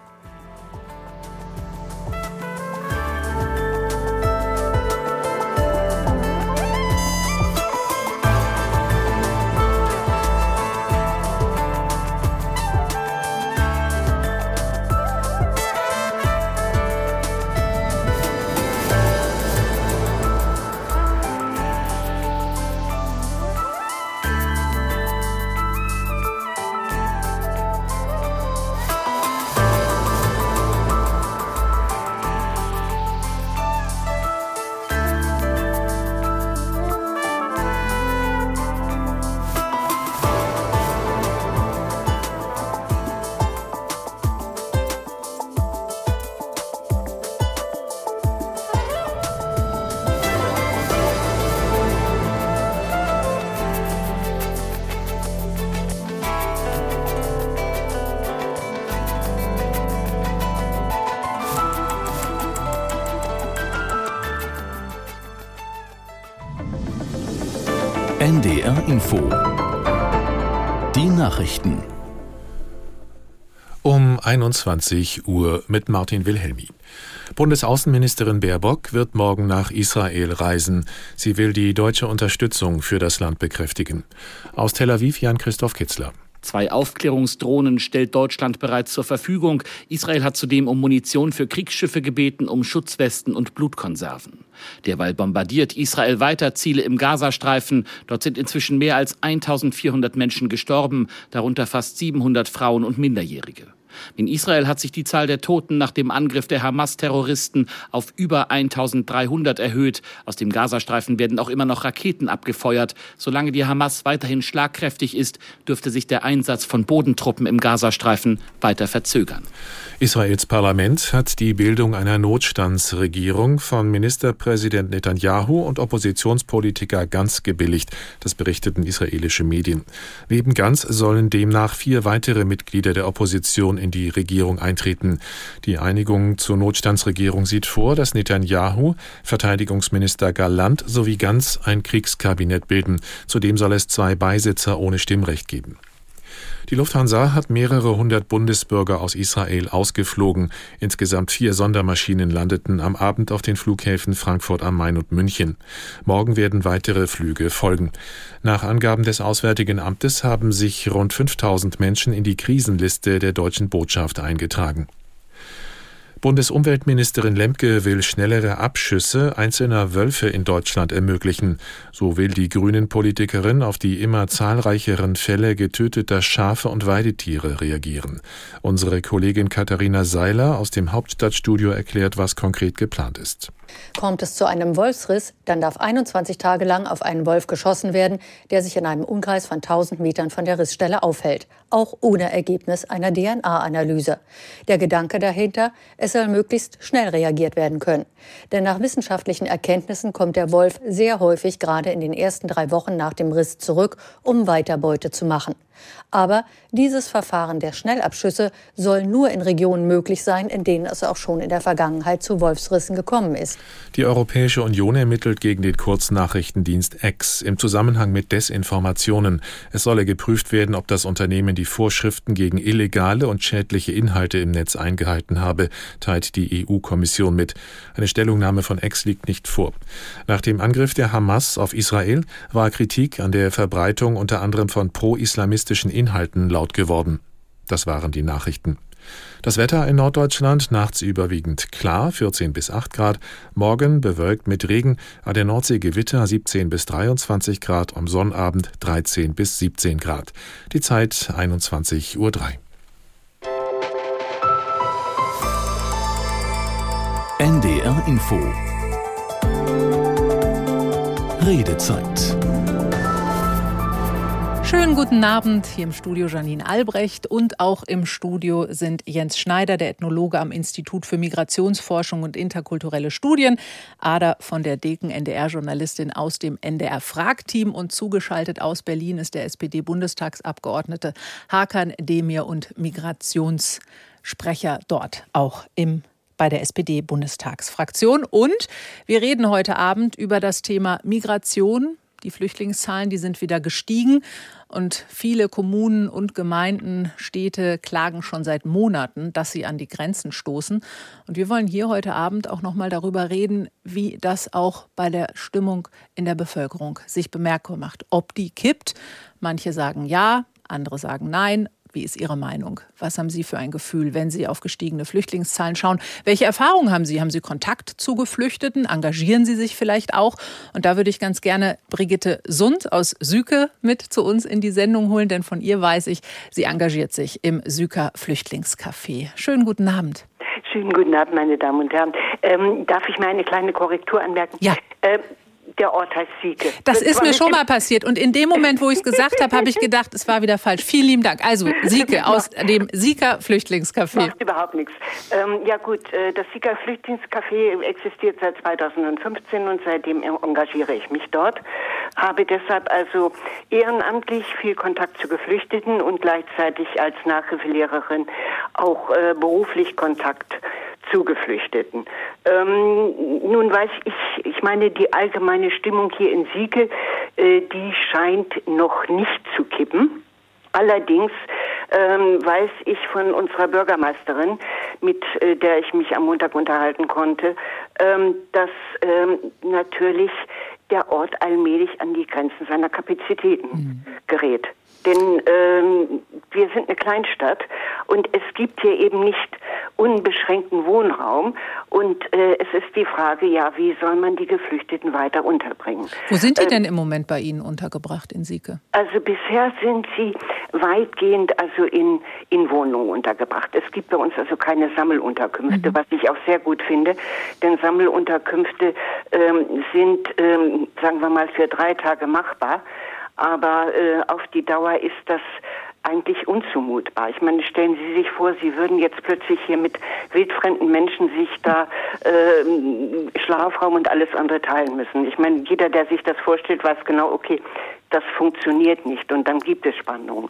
N D R Info. Die Nachrichten. Um einundzwanzig Uhr mit Martin Wilhelmi. Bundesaußenministerin Baerbock wird morgen nach Israel reisen. Sie will die deutsche Unterstützung für das Land bekräftigen. Aus Tel Aviv Jan-Christoph Kitzler. Zwei Aufklärungsdrohnen stellt Deutschland bereits zur Verfügung. Israel hat zudem um Munition für Kriegsschiffe gebeten, um Schutzwesten und Blutkonserven. Derweil bombardiert Israel weiter Ziele im Gazastreifen. Dort sind inzwischen mehr als eintausendvierhundert Menschen gestorben, darunter fast siebenhundert Frauen und Minderjährige. In Israel hat sich die Zahl der Toten nach dem Angriff der Hamas-Terroristen auf über eintausenddreihundert erhöht. Aus dem Gazastreifen werden auch immer noch Raketen abgefeuert. Solange die Hamas weiterhin schlagkräftig ist, dürfte sich der Einsatz von Bodentruppen im Gazastreifen weiter verzögern. Israels Parlament hat die Bildung einer Notstandsregierung von Ministerpräsident Netanyahu und Oppositionspolitiker Gantz gebilligt. Das berichteten israelische Medien. Neben Gantz sollen demnach vier weitere Mitglieder der Opposition in die Regierung eintreten. Die Einigung zur Notstandsregierung sieht vor, dass Netanyahu, Verteidigungsminister Galland sowie Gantz ein Kriegskabinett bilden. Zudem soll es zwei Beisitzer ohne Stimmrecht geben. Die Lufthansa hat mehrere hundert Bundesbürger aus Israel ausgeflogen. Insgesamt vier Sondermaschinen landeten am Abend auf den Flughäfen Frankfurt am Main und München. Morgen werden weitere Flüge folgen. Nach Angaben des Auswärtigen Amtes haben sich rund fünftausend Menschen in die Krisenliste der deutschen Botschaft eingetragen. Bundesumweltministerin Lemke will schnellere Abschüsse einzelner Wölfe in Deutschland ermöglichen. So will die Grünen-Politikerin auf die immer zahlreicheren Fälle getöteter Schafe und Weidetiere reagieren. Unsere Kollegin Katharina Seiler aus dem Hauptstadtstudio erklärt, was konkret geplant ist. Kommt es zu einem Wolfsriss, dann darf einundzwanzig Tage lang auf einen Wolf geschossen werden, der sich in einem Umkreis von tausend Metern von der Rissstelle aufhält. Auch ohne Ergebnis einer D N A-Analyse. Der Gedanke dahinter, es soll möglichst schnell reagiert werden können. Denn nach wissenschaftlichen Erkenntnissen kommt der Wolf sehr häufig gerade in den ersten drei Wochen nach dem Riss zurück, um Weiterbeute zu machen. Aber dieses Verfahren der Schnellabschüsse soll nur in Regionen möglich sein, in denen es auch schon in der Vergangenheit zu Wolfsrissen gekommen ist. jetzt? Die Europäische Union ermittelt gegen den Kurznachrichtendienst X im Zusammenhang mit Desinformationen. Es solle geprüft werden, ob das Unternehmen die Vorschriften gegen illegale und schädliche Inhalte im Netz eingehalten habe, teilt die E U-Kommission mit. Eine Stellungnahme von X liegt nicht vor. Nach dem Angriff der Hamas auf Israel war Kritik an der Verbreitung unter anderem von pro-islamistischen Inhalten laut geworden. Das waren die Nachrichten. Das Wetter in Norddeutschland nachts überwiegend klar, vierzehn bis acht Grad. Morgen bewölkt mit Regen, an der Nordsee Gewitter siebzehn bis dreiundzwanzig Grad, am Sonnabend dreizehn bis siebzehn Grad. Die Zeit einundzwanzig Uhr drei. N D R Info. Redezeit. Schönen guten Abend, hier im Studio Janine Albrecht und auch im Studio sind Jens Schneider, der Ethnologe am Institut für Migrationsforschung und interkulturelle Studien, Ada von der Deken, N D R-Journalistin aus dem N D R-Frag-Team und zugeschaltet aus Berlin ist der S P D-Bundestagsabgeordnete Hakan Demir und Migrationssprecher dort auch im bei der S P D-Bundestagsfraktion. Und wir reden heute Abend über das Thema Migration. Die Flüchtlingszahlen, die sind wieder gestiegen und viele Kommunen und Gemeinden, Städte klagen schon seit Monaten, dass sie an die Grenzen stoßen. Und wir wollen hier heute Abend auch noch mal darüber reden, wie das auch bei der Stimmung in der Bevölkerung sich bemerkbar macht. Ob die kippt. Manche sagen ja, andere sagen nein. Wie ist Ihre Meinung? Was haben Sie für ein Gefühl, wenn Sie auf gestiegene Flüchtlingszahlen schauen? Welche Erfahrungen haben Sie? Haben Sie Kontakt zu Geflüchteten? Engagieren Sie sich vielleicht auch? Und da würde ich ganz gerne Brigitte Sund aus Syke mit zu uns in die Sendung holen, denn von ihr weiß ich, sie engagiert sich im Syker Flüchtlingscafé. Schönen guten Abend. Schönen guten Abend, meine Damen und Herren. Ähm, darf ich mal eine kleine Korrektur anmerken? Ja. Ähm, Der Ort heißt Syke. Das ist mir schon mal passiert. Und in dem Moment, wo ich es gesagt habe, habe ich gedacht, es war wieder falsch. Vielen lieben Dank. Also Syke aus dem Syker Flüchtlingscafé. Macht überhaupt nichts. Ähm, ja gut, äh, das Syker Flüchtlingscafé existiert seit zweitausendfünfzehn und seitdem engagiere ich mich dort. Habe deshalb also ehrenamtlich viel Kontakt zu Geflüchteten und gleichzeitig als Nachhilfelehrerin auch äh, beruflich Kontakt zu Geflüchteten. Ähm, nun weiß ich, ich meine, die allgemeine Stimmung hier in Syke, äh, die scheint noch nicht zu kippen. Allerdings ähm, weiß ich von unserer Bürgermeisterin, mit äh, der ich mich am Montag unterhalten konnte, ähm, dass ähm, natürlich der Ort allmählich an die Grenzen seiner Kapazitäten mhm. gerät. Denn ähm, wir sind eine Kleinstadt und es gibt hier eben nicht unbeschränkten Wohnraum. Und äh, es ist die Frage, ja, wie soll man die Geflüchteten weiter unterbringen? Wo sind die äh, denn im Moment bei Ihnen untergebracht in Syke? Also bisher sind sie weitgehend also in, in Wohnungen untergebracht. Es gibt bei uns also keine Sammelunterkünfte, mhm. was ich auch sehr gut finde. Denn Sammelunterkünfte ähm, sind, ähm, sagen wir mal, für drei Tage machbar. Aber äh, auf die Dauer ist das eigentlich unzumutbar. Ich meine, stellen Sie sich vor, Sie würden jetzt plötzlich hier mit wildfremden Menschen sich da äh, Schlafraum und alles andere teilen müssen. Ich meine, jeder, der sich das vorstellt, weiß genau, okay, das funktioniert nicht und dann gibt es Spannungen.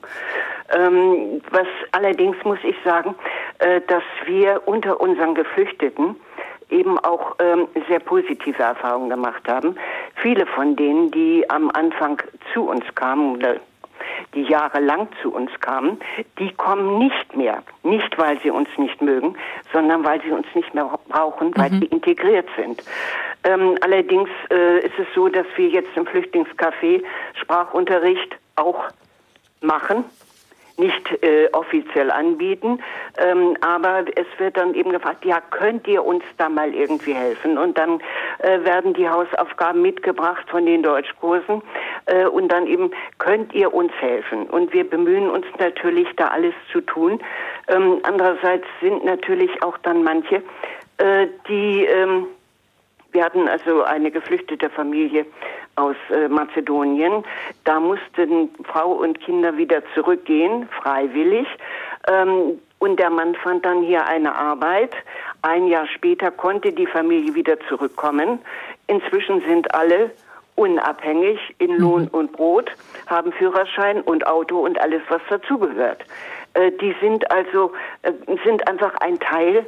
Ähm, was allerdings muss ich sagen, äh, dass wir unter unseren Geflüchteten eben auch ähm, sehr positive Erfahrungen gemacht haben. Viele von denen, die am Anfang zu uns kamen oder die jahrelang zu uns kamen, die kommen nicht mehr. Nicht, weil sie uns nicht mögen, sondern weil sie uns nicht mehr brauchen, weil mhm. sie integriert sind. Ähm, allerdings äh, ist es so, dass wir jetzt im Flüchtlingscafé Sprachunterricht auch machen. Nicht äh, offiziell anbieten, ähm, aber es wird dann eben gefragt, ja, könnt ihr uns da mal irgendwie helfen? Und dann äh, werden die Hausaufgaben mitgebracht von den Deutschkursen äh, und dann eben, könnt ihr uns helfen? Und wir bemühen uns natürlich, da alles zu tun. Ähm, andererseits sind natürlich auch dann manche, äh, die... Ähm, Wir hatten also eine geflüchtete Familie aus äh, Mazedonien. Da mussten Frau und Kinder wieder zurückgehen, freiwillig. Ähm, und der Mann fand dann hier eine Arbeit. Ein Jahr später konnte die Familie wieder zurückkommen. Inzwischen sind alle unabhängig in Lohn und Brot, haben Führerschein und Auto und alles, was dazugehört. Äh, die sind also äh, sind einfach ein Teil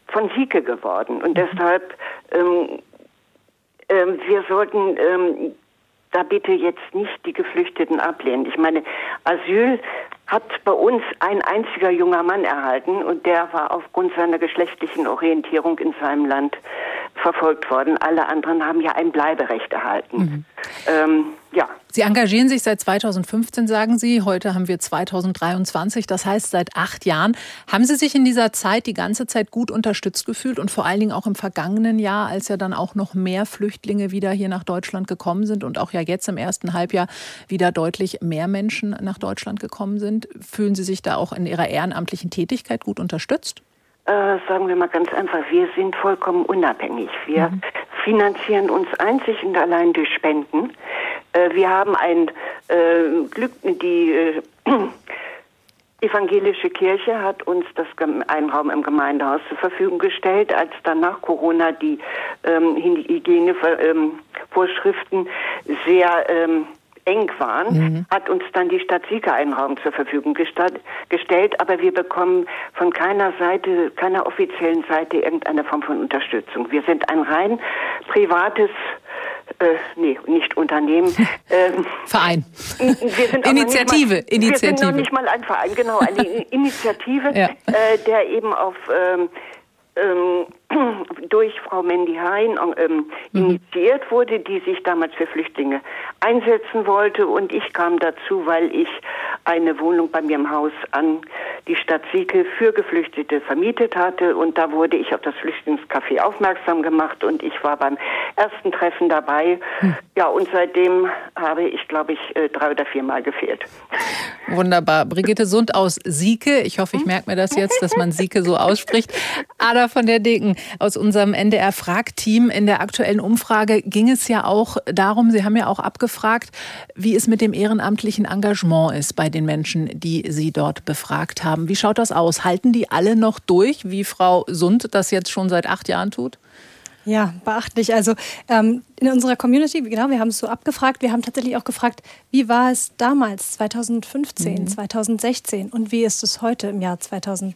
von Sieke geworden. Und deshalb, ähm, ähm, wir sollten ähm, da bitte jetzt nicht die Geflüchteten ablehnen. Ich meine, Asyl hat bei uns ein einziger junger Mann erhalten und der war aufgrund seiner geschlechtlichen Orientierung in seinem Land verfolgt worden. Alle anderen haben ja ein Bleiberecht erhalten. Mhm. Ähm, ja. Sie engagieren sich seit zweitausendfünfzehn, sagen Sie. Heute haben wir zweitausenddreiundzwanzig, das heißt seit acht Jahren. Haben Sie sich in dieser Zeit die ganze Zeit gut unterstützt gefühlt und vor allen Dingen auch im vergangenen Jahr, als ja dann auch noch mehr Flüchtlinge wieder hier nach Deutschland gekommen sind und auch ja jetzt im ersten Halbjahr wieder deutlich mehr Menschen nach Deutschland gekommen sind? Fühlen Sie sich da auch in Ihrer ehrenamtlichen Tätigkeit gut unterstützt? Äh, sagen wir mal ganz einfach, wir sind vollkommen unabhängig. Wir mhm. finanzieren uns einzig und allein durch Spenden. Äh, wir haben ein äh, Glück, die äh, evangelische Kirche hat uns das einen Raum im Gemeindehaus zur Verfügung gestellt, als dann nach Corona die ähm, Hygienevorschriften sehr ähm, eng waren, mhm. hat uns dann die Stadt Sieke einen Raum zur Verfügung gestellt, aber wir bekommen von keiner Seite, keiner offiziellen Seite irgendeine Form von Unterstützung. Wir sind ein rein privates Äh, nee, nicht Unternehmen. Ähm, Verein. Wir sind Initiative. Mal, Initiative. Wir sind noch nicht mal ein Verein, genau, eine Initiative, ja. äh, der eben auf ähm, ähm, durch Frau Mandy Hein ähm, mhm. initiiert wurde, die sich damals für Flüchtlinge einsetzen wollte. Und ich kam dazu, weil ich eine Wohnung bei mir im Haus an die Stadt Sieke für Geflüchtete vermietet hatte. Und da wurde ich auf das Flüchtlingscafé aufmerksam gemacht und ich war beim ersten Treffen dabei. Mhm. Ja, und seitdem habe ich, glaube ich, drei oder viermal gefehlt. Wunderbar. Brigitte Sund aus Sieke. Ich hoffe, ich merke mir das jetzt, dass man Sieke so ausspricht. Ada von der Degen aus unserem N D R-Frag-Team. In der aktuellen Umfrage ging es ja auch darum, Sie haben ja auch abgefragt, wie es mit dem ehrenamtlichen Engagement ist bei den Menschen, die Sie dort befragt haben. Wie schaut das aus? Halten die alle noch durch, wie Frau Sund das jetzt schon seit acht Jahren tut? Ja, beachtlich. Also ähm, in unserer Community, genau, wir haben es so abgefragt. Wir haben tatsächlich auch gefragt, wie war es damals, zweitausendfünfzehn, mhm. zweitausendsechzehn und wie ist es heute im Jahr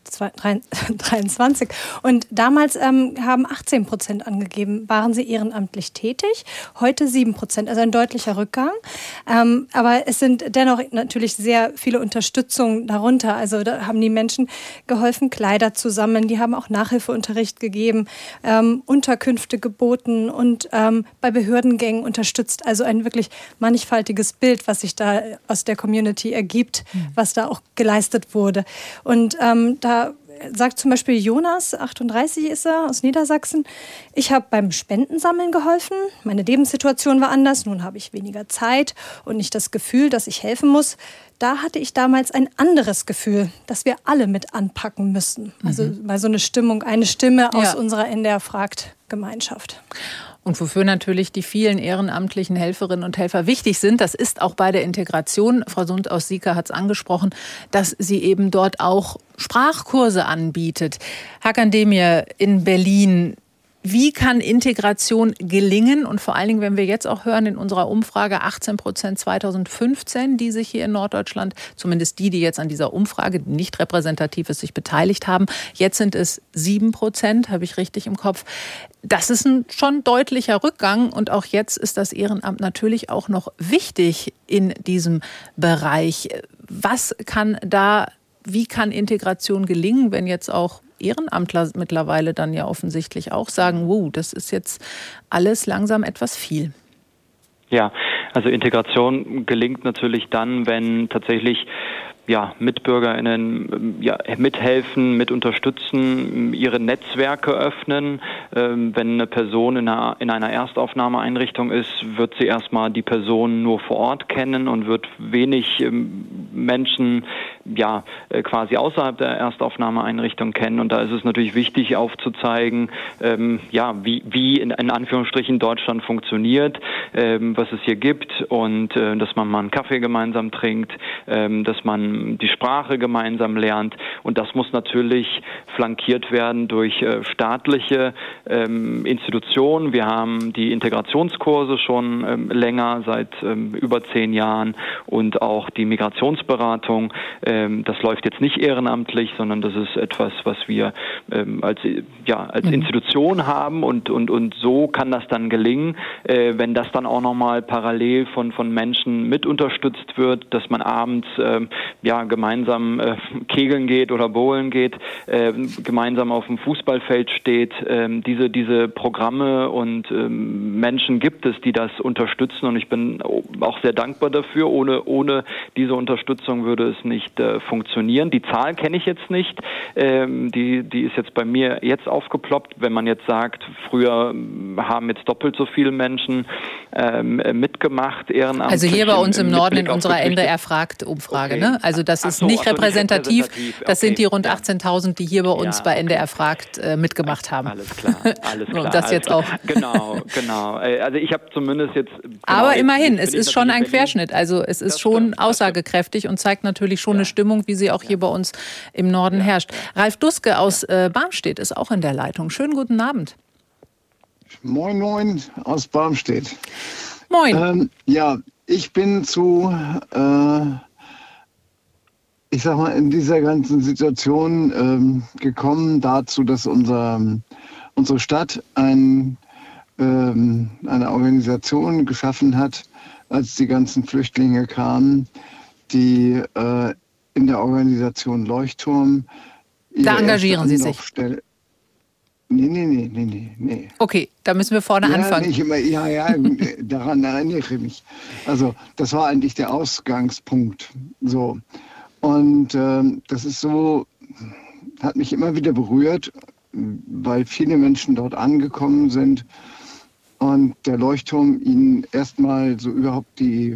zweitausenddreiundzwanzig? Und damals ähm, haben achtzehn Prozent angegeben, waren sie ehrenamtlich tätig. Heute sieben Prozent, also ein deutlicher Rückgang. Ähm, aber es sind dennoch natürlich sehr viele Unterstützungen darunter. Also da haben die Menschen geholfen, Kleider zu sammeln. Die haben auch Nachhilfeunterricht gegeben, ähm, Unterkünfte geboten und ähm, bei Behördengängen unterstützt. Also ein wirklich mannigfaltiges Bild, was sich da aus der Community ergibt, mhm. was da auch geleistet wurde. Und ähm, da sagt zum Beispiel Jonas, achtunddreißig ist er, aus Niedersachsen, ich habe beim Spendensammeln geholfen, meine Lebenssituation war anders, nun habe ich weniger Zeit und nicht das Gefühl, dass ich helfen muss. Da hatte ich damals ein anderes Gefühl, dass wir alle mit anpacken müssen. Also mhm. mal so eine Stimmung, eine Stimme aus ja. unserer N D R-Fragt-Gemeinschaft. Und wofür natürlich die vielen ehrenamtlichen Helferinnen und Helfer wichtig sind, das ist auch bei der Integration. Frau Sund aus Sieke hat es angesprochen, dass sie eben dort auch Sprachkurse anbietet. Hakan Demir in Berlin. Wie kann Integration gelingen? Und vor allen Dingen, wenn wir jetzt auch hören in unserer Umfrage, achtzehn Prozent zweitausendfünfzehn, die sich hier in Norddeutschland, zumindest die, die jetzt an dieser Umfrage, die nicht repräsentativ ist, sich beteiligt haben. Jetzt sind es sieben Prozent, habe ich richtig im Kopf. Das ist ein schon deutlicher Rückgang. Und auch jetzt ist das Ehrenamt natürlich auch noch wichtig in diesem Bereich. Was kann da, wie kann Integration gelingen, wenn jetzt auch Ehrenamtler mittlerweile dann ja offensichtlich auch sagen, wow, das ist jetzt alles langsam etwas viel? Ja, also Integration gelingt natürlich dann, wenn tatsächlich ja, MitbürgerInnen ja, mithelfen, mit unterstützen, ihre Netzwerke öffnen. Ähm, wenn eine Person in einer, in einer Erstaufnahmeeinrichtung ist, wird sie erstmal die Person nur vor Ort kennen und wird wenig ähm, Menschen ja, äh, quasi außerhalb der Erstaufnahmeeinrichtung kennen. Und da ist es natürlich wichtig aufzuzeigen, ähm, ja, wie, wie in, in Anführungsstrichen Deutschland funktioniert, ähm, was es hier gibt und äh, dass man mal einen Kaffee gemeinsam trinkt, ähm, dass man die Sprache gemeinsam lernt. Und das muss natürlich flankiert werden durch äh, staatliche ähm, Institutionen. Wir haben die Integrationskurse schon ähm, länger, seit ähm, über zehn Jahren und auch die Migrations Migrationsberatung. Ähm, das läuft jetzt nicht ehrenamtlich, sondern das ist etwas, was wir ähm, als, ja, als mhm. Institution haben und, und, und so kann das dann gelingen, äh, wenn das dann auch nochmal parallel von, von Menschen mit unterstützt wird, dass man abends äh, ja, gemeinsam äh, kegeln geht oder bowlen geht, äh, gemeinsam auf dem Fußballfeld steht. Äh, diese, diese Programme und äh, Menschen gibt es, die das unterstützen und ich bin auch sehr dankbar dafür. Ohne, ohne diese Unterstützung würde es nicht äh, funktionieren. Die Zahl kenne ich jetzt nicht. Ähm, die, die ist jetzt bei mir jetzt aufgeploppt. Wenn man jetzt sagt, früher haben jetzt doppelt so viele Menschen ähm, mitgemacht, ehrenamtlich. Also hier bei uns im, im Norden in unserer N D R-Fragt-Umfrage. Okay. Ne? Also das ist so, nicht, also repräsentativ. nicht repräsentativ. Das okay. sind die rund achtzehntausend, die hier bei uns ja, bei N D R Fragt äh, mitgemacht haben. Alles klar, alles klar. Und das alles jetzt klar. auch. Genau, genau. Also ich habe zumindest jetzt... Genau, Aber jetzt immerhin, es ist schon ein Querschnitt. Also es ist schon stimmt, aussagekräftig und zeigt natürlich schon ja. eine Stimmung, wie sie auch hier ja. bei uns im Norden ja. herrscht. Ralf Duske aus ja. äh, Barmstedt ist auch in der Leitung. Schönen guten Abend. Moin, moin aus Barmstedt. Moin. Ähm, ja, ich bin zu, äh, ich sag mal, in dieser ganzen Situation ähm, gekommen dazu, dass unser, unsere Stadt ein, ähm, eine Organisation geschaffen hat, als die ganzen Flüchtlinge kamen, die äh, in der Organisation Leuchtturm... Da engagieren Sie sich? Nee, nee, nee, nee, nee, nee. Okay, da müssen wir vorne ja, anfangen. Nicht immer, ja, ja, daran erinnere ich mich. Also das war eigentlich der Ausgangspunkt. So. Und ähm, das ist so, hat mich immer wieder berührt, weil viele Menschen dort angekommen sind und der Leuchtturm ihnen erstmal so überhaupt die,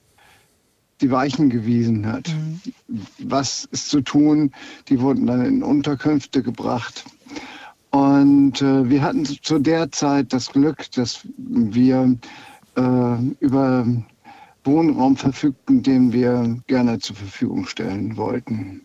die Weichen gewiesen hat. Mhm. Was ist zu tun? Die wurden dann in Unterkünfte gebracht. Und äh, wir hatten zu der Zeit das Glück, dass wir äh, über Wohnraum verfügten, den wir gerne zur Verfügung stellen wollten.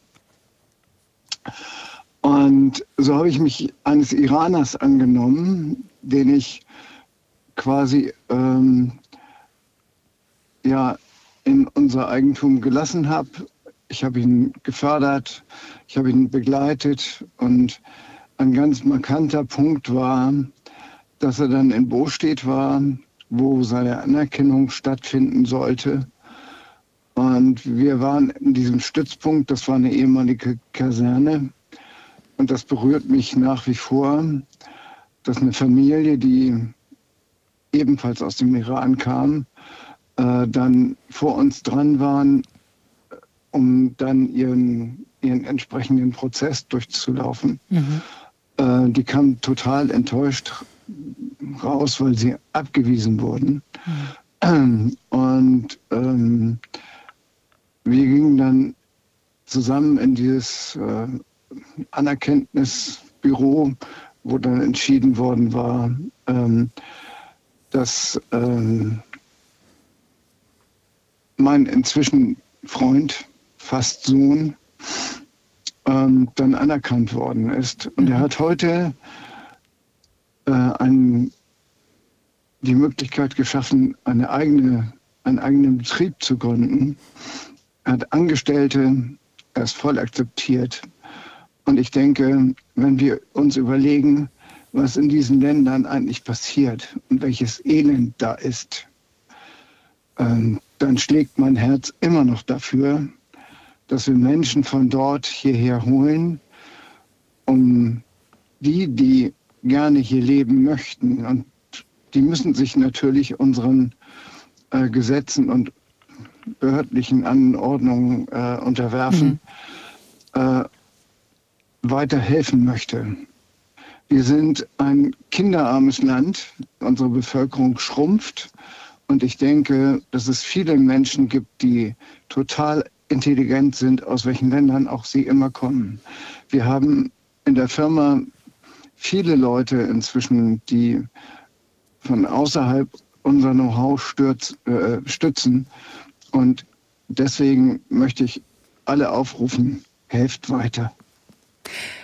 Und so habe ich mich eines Iraners angenommen, den ich quasi ähm, ja, in unser Eigentum gelassen habe. Ich habe ihn gefördert, ich habe ihn begleitet und ein ganz markanter Punkt war, dass er dann in Bostedt war, wo seine Anerkennung stattfinden sollte. Und wir waren in diesem Stützpunkt, das war eine ehemalige Kaserne. Und das berührt mich nach wie vor, dass eine Familie, die ebenfalls aus dem Iran kam, äh, dann vor uns dran waren, um dann ihren, ihren entsprechenden Prozess durchzulaufen. Mhm. Die kamen total enttäuscht raus, weil sie abgewiesen wurden. Mhm. Und ähm, wir gingen dann zusammen in dieses äh, Anerkenntnisbüro, wo dann entschieden worden war, ähm, dass ähm, mein inzwischen Freund, fast Sohn, Ähm, dann anerkannt worden ist. Und er hat heute äh, einen, die Möglichkeit geschaffen, eine eigene, einen eigenen Betrieb zu gründen. Er hat Angestellte, er ist voll akzeptiert. Und ich denke, wenn wir uns überlegen, was in diesen Ländern eigentlich passiert und welches Elend da ist, ähm, dann schlägt mein Herz immer noch dafür, dass wir Menschen von dort hierher holen, um die, die gerne hier leben möchten. Und die müssen sich natürlich unseren äh, Gesetzen und behördlichen Anordnungen äh, unterwerfen, mhm. äh, weiterhelfen möchte. Wir sind ein kinderarmes Land, unsere Bevölkerung schrumpft und ich denke, dass es viele Menschen gibt, die total intelligent sind, aus welchen Ländern auch sie immer kommen. Wir haben in der Firma viele Leute inzwischen, die von außerhalb unser Know-how stürz, äh, stützen. Und deswegen möchte ich alle aufrufen, helft weiter.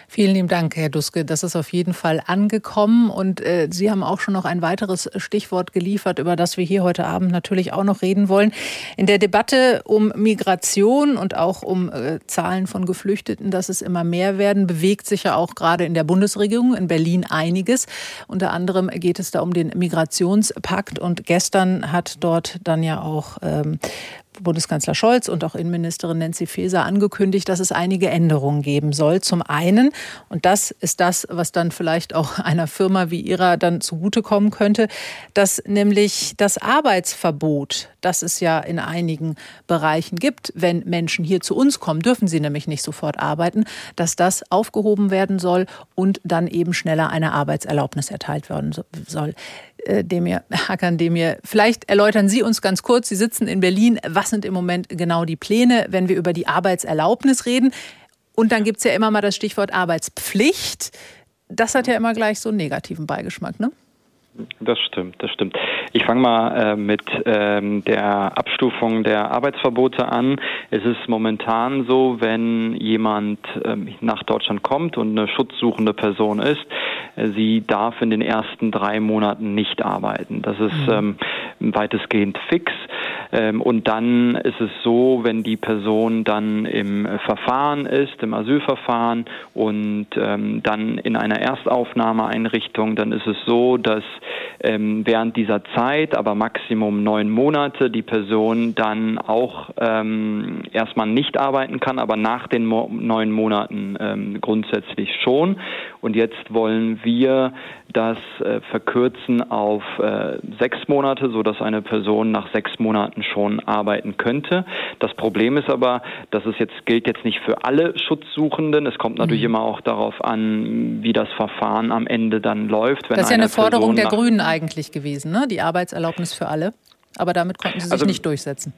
Vielen lieben Dank, Herr Duske. Das ist auf jeden Fall angekommen. Und äh, Sie haben auch schon noch ein weiteres Stichwort geliefert, über das wir hier heute Abend natürlich auch noch reden wollen. In der Debatte um Migration und auch um äh, Zahlen von Geflüchteten, dass es immer mehr werden, bewegt sich ja auch gerade in der Bundesregierung in Berlin einiges. Unter anderem geht es da um den Migrationspakt. Und gestern hat dort dann ja auch ähm, Bundeskanzler Scholz und auch Innenministerin Nancy Faeser angekündigt, dass es einige Änderungen geben soll. Zum einen, und das ist das, was dann vielleicht auch einer Firma wie Ihrer dann zugutekommen könnte, dass nämlich das Arbeitsverbot, das es ja in einigen Bereichen gibt, wenn Menschen hier zu uns kommen, dürfen sie nämlich nicht sofort arbeiten, dass das aufgehoben werden soll und dann eben schneller eine Arbeitserlaubnis erteilt werden soll. Demir Hakan Demir, vielleicht erläutern Sie uns ganz kurz, Sie sitzen in Berlin, was sind im Moment genau die Pläne, wenn wir über die Arbeitserlaubnis reden? Und dann gibt es ja immer mal das Stichwort Arbeitspflicht. Das hat ja immer gleich so einen negativen Beigeschmack, ne? Das stimmt, das stimmt. Ich fange mal äh, mit ähm, der Abstufung der Arbeitsverbote an. Es ist momentan so, wenn jemand ähm, nach Deutschland kommt und eine schutzsuchende Person ist, äh, sie darf in den ersten drei Monaten nicht arbeiten. Das ist ähm, weitestgehend fix. Ähm, und dann ist es so, wenn die Person dann im Verfahren ist, im Asylverfahren und ähm, dann in einer Erstaufnahmeeinrichtung, dann ist es so, dass ähm, während dieser Zeit, aber Maximum neun Monate, die Person dann auch ähm, erstmal nicht arbeiten kann, aber nach den mo- neun Monaten ähm, grundsätzlich schon. Und jetzt wollen wir das äh, verkürzen auf äh, sechs Monate, sodass eine Person nach sechs Monaten schon arbeiten könnte. Das Problem ist aber, dass es jetzt gilt jetzt nicht für alle Schutzsuchenden. Es kommt natürlich mhm. immer auch darauf an, wie das Verfahren am Ende dann läuft. Wenn das ist ja eine, eine Forderung Person der Grünen eigentlich gewesen, ne? Die Arbeitserlaubnis für alle. Aber damit konnten sie sich also, nicht durchsetzen.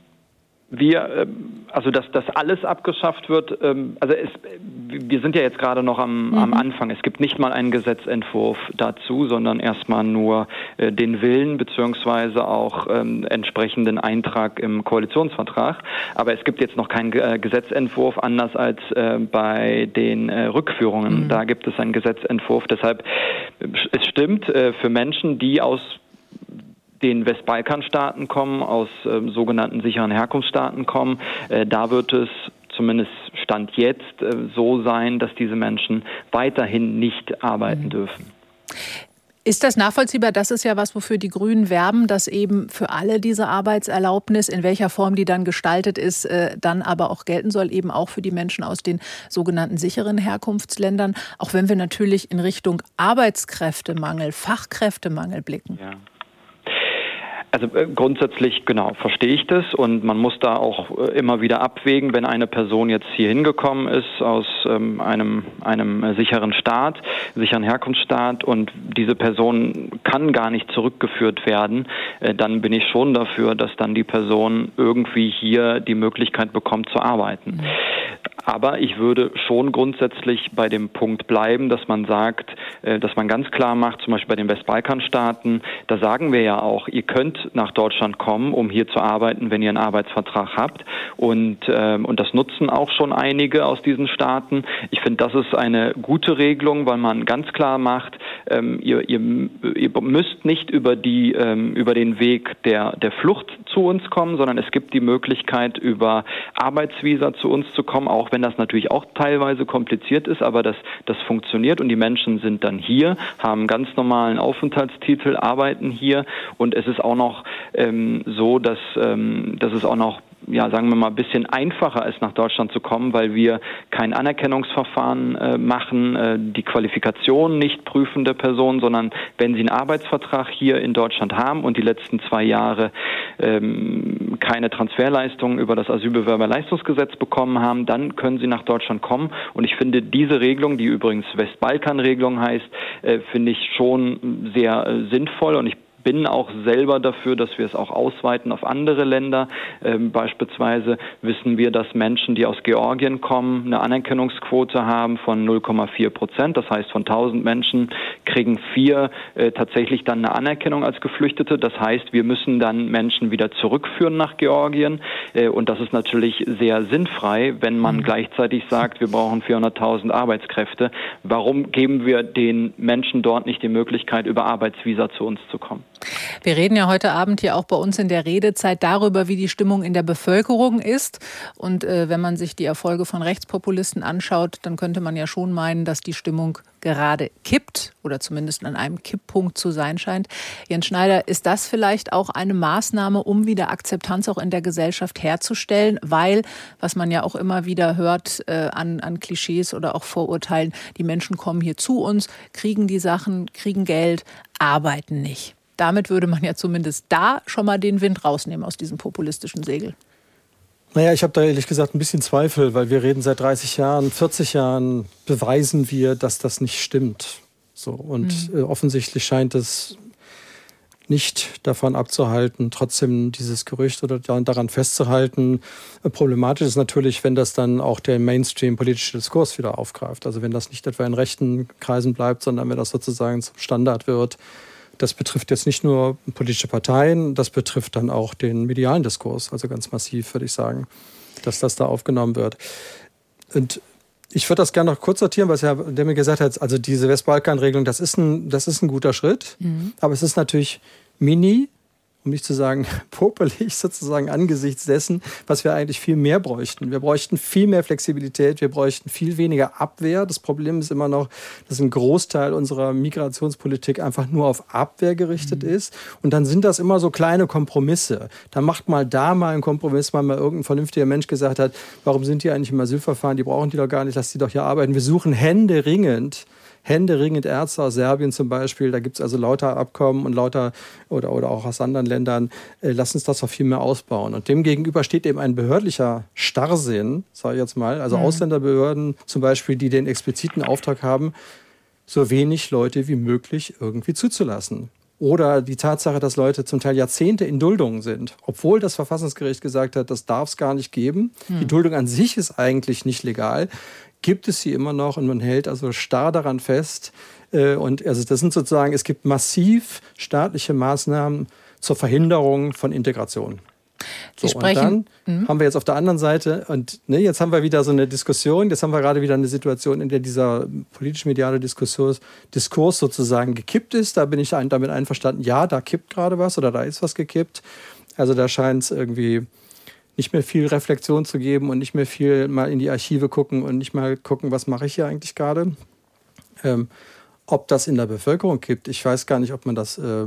Wir, also dass das alles abgeschafft wird, also es, wir sind ja jetzt gerade noch am, mhm. am Anfang. Es gibt nicht mal einen Gesetzentwurf dazu, sondern erstmal nur äh, den Willen beziehungsweise auch ähm, entsprechenden Eintrag im Koalitionsvertrag. Aber es gibt jetzt noch keinen äh, Gesetzentwurf, anders als äh, bei den äh, Rückführungen. Mhm. Da gibt es einen Gesetzentwurf. Deshalb, es stimmt, äh, für Menschen, die aus den Westbalkanstaaten kommen, aus äh, sogenannten sicheren Herkunftsstaaten kommen. Äh, da wird es zumindest Stand jetzt äh, so sein, dass diese Menschen weiterhin nicht arbeiten mhm. dürfen. Ist das nachvollziehbar? Das ist ja was, wofür die Grünen werben, dass eben für alle diese Arbeitserlaubnis, in welcher Form die dann gestaltet ist, äh, dann aber auch gelten soll, eben auch für die Menschen aus den sogenannten sicheren Herkunftsländern, auch wenn wir natürlich in Richtung Arbeitskräftemangel, Fachkräftemangel blicken. Ja. Also äh, grundsätzlich, genau, verstehe ich das und man muss da auch äh, immer wieder abwägen, wenn eine Person jetzt hier hingekommen ist aus ähm, einem, einem äh, sicheren Staat, sicheren Herkunftsstaat und diese Person kann gar nicht zurückgeführt werden, äh, dann bin ich schon dafür, dass dann die Person irgendwie hier die Möglichkeit bekommt zu arbeiten. Mhm. Aber ich würde schon grundsätzlich bei dem Punkt bleiben, dass man sagt, dass man ganz klar macht, zum Beispiel bei den Westbalkanstaaten, da sagen wir ja auch, ihr könnt nach Deutschland kommen, um hier zu arbeiten, wenn ihr einen Arbeitsvertrag habt. Und, ähm, und das nutzen auch schon einige aus diesen Staaten. Ich finde, das ist eine gute Regelung, weil man ganz klar macht, ähm, ihr, ihr, ihr müsst nicht über, die, ähm, über den Weg der, der Flucht zu uns kommen, sondern es gibt die Möglichkeit, über Arbeitsvisa zu uns zu kommen, auch wenn das natürlich auch teilweise kompliziert ist, aber das, das funktioniert und die Menschen sind dann hier, haben ganz normalen Aufenthaltstitel, arbeiten hier und es ist auch noch ähm, so, dass, ähm, dass es auch noch ja, sagen wir mal, ein bisschen einfacher ist, nach Deutschland zu kommen, weil wir kein Anerkennungsverfahren äh, machen, äh, die Qualifikation nicht prüfen der Person, sondern wenn sie einen Arbeitsvertrag hier in Deutschland haben und die letzten zwei Jahre ähm, keine Transferleistungen über das Asylbewerberleistungsgesetz bekommen haben, dann können sie nach Deutschland kommen. Und ich finde diese Regelung, die übrigens Westbalkan-Regelung heißt, äh, finde ich schon sehr äh, sinnvoll und ich bin auch selber dafür, dass wir es auch ausweiten auf andere Länder. Ähm, beispielsweise wissen wir, dass Menschen, die aus Georgien kommen, eine Anerkennungsquote haben von null Komma vier Prozent. Das heißt, von tausend Menschen kriegen vier äh, tatsächlich dann eine Anerkennung als Geflüchtete. Das heißt, wir müssen dann Menschen wieder zurückführen nach Georgien. Äh, und das ist natürlich sehr sinnfrei, wenn man mhm. gleichzeitig sagt, wir brauchen vierhunderttausend Arbeitskräfte. Warum geben wir den Menschen dort nicht die Möglichkeit, über Arbeitsvisa zu uns zu kommen? Wir reden ja heute Abend hier auch bei uns in der Redezeit darüber, wie die Stimmung in der Bevölkerung ist. Und äh, wenn man sich die Erfolge von Rechtspopulisten anschaut, dann könnte man ja schon meinen, dass die Stimmung gerade kippt oder zumindest an einem Kipppunkt zu sein scheint. Jens Schneider, ist das vielleicht auch eine Maßnahme, um wieder Akzeptanz auch in der Gesellschaft herzustellen? Weil, was man ja auch immer wieder hört äh, an, an Klischees oder auch Vorurteilen, die Menschen kommen hier zu uns, kriegen die Sachen, kriegen Geld, arbeiten nicht. Damit würde man ja zumindest da schon mal den Wind rausnehmen aus diesem populistischen Segel. Naja, ich habe da ehrlich gesagt ein bisschen Zweifel, weil wir reden seit dreißig Jahren, vierzig Jahren, beweisen wir, dass das nicht stimmt. So, und mhm. äh, offensichtlich scheint es nicht davon abzuhalten, trotzdem dieses Gerücht oder daran festzuhalten. Äh, problematisch ist natürlich, wenn das dann auch der Mainstream-politische Diskurs wieder aufgreift. Also wenn das nicht etwa in rechten Kreisen bleibt, sondern wenn das sozusagen zum Standard wird. Das betrifft jetzt nicht nur politische Parteien, das betrifft dann auch den medialen Diskurs, also ganz massiv, würde ich sagen, dass das da aufgenommen wird. Und ich würde das gerne noch kurz sortieren, was Herr Demmi gesagt hat, also diese Westbalkan-Regelung, das ist ein, das ist ein guter Schritt, mhm. aber es ist natürlich mini, um nicht zu sagen popelig sozusagen angesichts dessen, was wir eigentlich viel mehr bräuchten. Wir bräuchten viel mehr Flexibilität, wir bräuchten viel weniger Abwehr. Das Problem ist immer noch, dass ein Großteil unserer Migrationspolitik einfach nur auf Abwehr gerichtet mhm. ist. Und dann sind das immer so kleine Kompromisse. Da macht mal da mal ein Kompromiss, weil mal irgendein vernünftiger Mensch gesagt hat, warum sind die eigentlich im Asylverfahren, die brauchen die doch gar nicht, lass die doch hier arbeiten. Wir suchen händeringend händeringend Ärzte aus Serbien zum Beispiel, da gibt es also lauter Abkommen und lauter, oder, oder auch aus anderen Ländern, äh, lass uns das doch viel mehr ausbauen. Und demgegenüber steht eben ein behördlicher Starrsinn, sage ich jetzt mal, also mhm. Ausländerbehörden zum Beispiel, die den expliziten Auftrag haben, so wenig Leute wie möglich irgendwie zuzulassen. Oder die Tatsache, dass Leute zum Teil Jahrzehnte in Duldungen sind, obwohl das Verfassungsgericht gesagt hat, das darf es gar nicht geben. Mhm. Die Duldung an sich ist eigentlich nicht legal. Gibt es sie immer noch und man hält also starr daran fest. Und also das sind sozusagen, es gibt massiv staatliche Maßnahmen zur Verhinderung von Integration. So, Sie sprechen, und dann mhm. haben wir jetzt auf der anderen Seite, und ne, jetzt haben wir wieder so eine Diskussion, jetzt haben wir gerade wieder eine Situation, in der dieser politisch-mediale Diskurs, Diskurs sozusagen gekippt ist. Da bin ich ein, damit einverstanden, ja, da kippt gerade was oder da ist was gekippt. Also da scheint es irgendwie nicht mehr viel Reflexion zu geben und nicht mehr viel mal in die Archive gucken und nicht mal gucken, was mache ich hier eigentlich gerade. Ähm, ob das in der Bevölkerung kippt, ich weiß gar nicht, ob man das äh,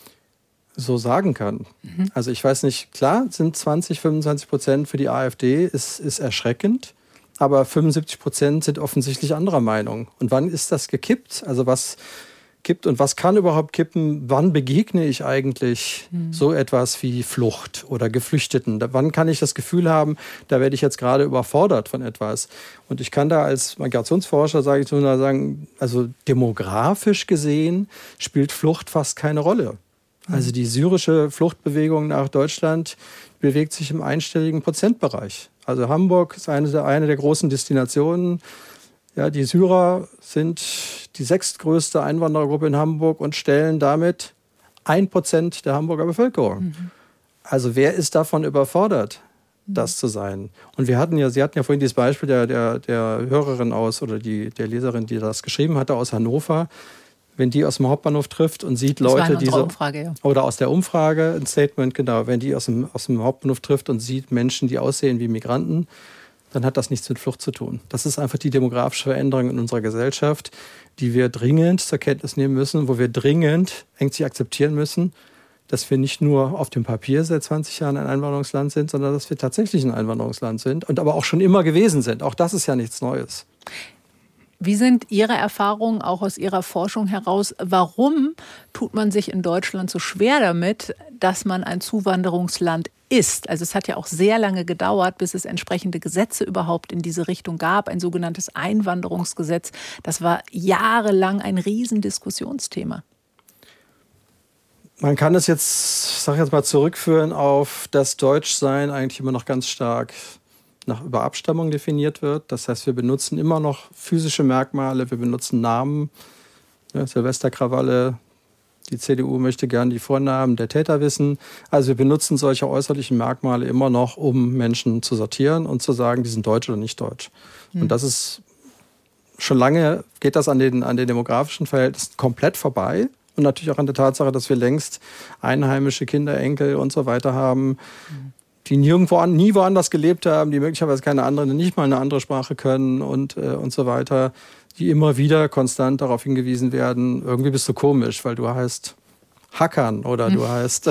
so sagen kann. Mhm. Also ich weiß nicht, klar sind zwanzig, fünfundzwanzig Prozent für die AfD, ist, ist erschreckend, aber fünfundsiebzig Prozent sind offensichtlich anderer Meinung. Und wann ist das gekippt? Also was kippt und was kann überhaupt kippen? Wann begegne ich eigentlich mhm. so etwas wie Flucht oder Geflüchteten? Wann kann ich das Gefühl haben, da werde ich jetzt gerade überfordert von etwas? Und ich kann da als Migrationsforscher, sage ich nur, sagen, also demografisch gesehen spielt Flucht fast keine Rolle. Also die syrische Fluchtbewegung nach Deutschland bewegt sich im einstelligen Prozentbereich. Also Hamburg ist eine der, eine der großen Destinationen. Ja, die Syrer sind die sechstgrößte Einwanderergruppe in Hamburg und stellen damit ein Prozent der Hamburger Bevölkerung. Mhm. Also wer ist davon überfordert, das zu sein? Und wir hatten ja, Sie hatten ja vorhin dieses Beispiel der, der, der Hörerin aus oder die, der Leserin, die das geschrieben hatte, aus Hannover. Wenn die aus dem Hauptbahnhof trifft und sieht das Leute, die so, Umfrage, ja. oder aus der Umfrage ein Statement, genau, wenn die aus dem, aus dem Hauptbahnhof trifft und sieht Menschen, die aussehen wie Migranten, dann hat das nichts mit Flucht zu tun. Das ist einfach die demografische Veränderung in unserer Gesellschaft, die wir dringend zur Kenntnis nehmen müssen, wo wir dringend ängstlich akzeptieren müssen, dass wir nicht nur auf dem Papier seit zwanzig Jahren ein Einwanderungsland sind, sondern dass wir tatsächlich ein Einwanderungsland sind und aber auch schon immer gewesen sind. Auch das ist ja nichts Neues. Wie sind Ihre Erfahrungen auch aus Ihrer Forschung heraus? Warum tut man sich in Deutschland so schwer damit, dass man ein Zuwanderungsland ist? Also es hat ja auch sehr lange gedauert, bis es entsprechende Gesetze überhaupt in diese Richtung gab. Ein sogenanntes Einwanderungsgesetz. Das war jahrelang ein Riesendiskussionsthema. Man kann es jetzt, sag ich jetzt mal, zurückführen auf das Deutschsein eigentlich immer noch ganz stark nach über Abstammung definiert wird. Das heißt, wir benutzen immer noch physische Merkmale, wir benutzen Namen. Ja, Silvesterkrawalle, die C D U möchte gern die Vornamen der Täter wissen. Also wir benutzen solche äußerlichen Merkmale immer noch, um Menschen zu sortieren und zu sagen, die sind deutsch oder nicht deutsch. Mhm. Und das ist schon lange, geht das an den, an den demografischen Verhältnissen komplett vorbei. Und natürlich auch an der Tatsache, dass wir längst einheimische Kinder, Enkel und so weiter haben, mhm. die nirgendwo an, nie woanders gelebt haben, die möglicherweise keine andere, nicht mal eine andere Sprache können und, äh, und so weiter, die immer wieder konstant darauf hingewiesen werden, irgendwie bist du komisch, weil du heißt Hakan oder du heißt,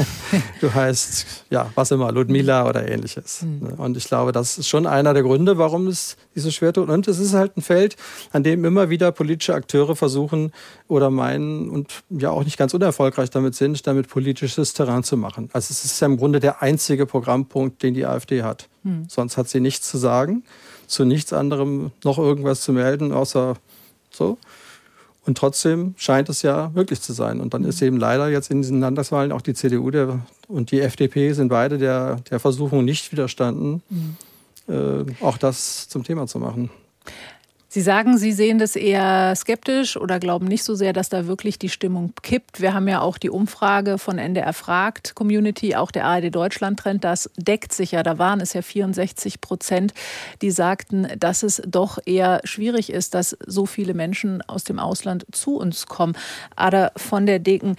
du heißt, ja, was immer, Ludmila oder ähnliches. Mhm. Und ich glaube, das ist schon einer der Gründe, warum es sich so schwer tut. Und es ist halt ein Feld, an dem immer wieder politische Akteure versuchen oder meinen und ja auch nicht ganz unerfolgreich damit sind, damit politisches Terrain zu machen. Also es ist ja im Grunde der einzige Programmpunkt, den die AfD hat. Mhm. Sonst hat sie nichts zu sagen, zu nichts anderem noch irgendwas zu melden, außer so. Und trotzdem scheint es ja möglich zu sein. Und dann ist eben leider jetzt in diesen Landtagswahlen auch die C D U der, und die F D P sind beide der, der Versuchung nicht widerstanden, mhm. äh, auch das zum Thema zu machen. Sie sagen, Sie sehen das eher skeptisch oder glauben nicht so sehr, dass da wirklich die Stimmung kippt. Wir haben ja auch die Umfrage von N D R Fragt Community, auch der A R D Deutschland Trend, das deckt sich ja. Da waren es ja vierundsechzig Prozent, die sagten, dass es doch eher schwierig ist, dass so viele Menschen aus dem Ausland zu uns kommen. Ada von der Deken,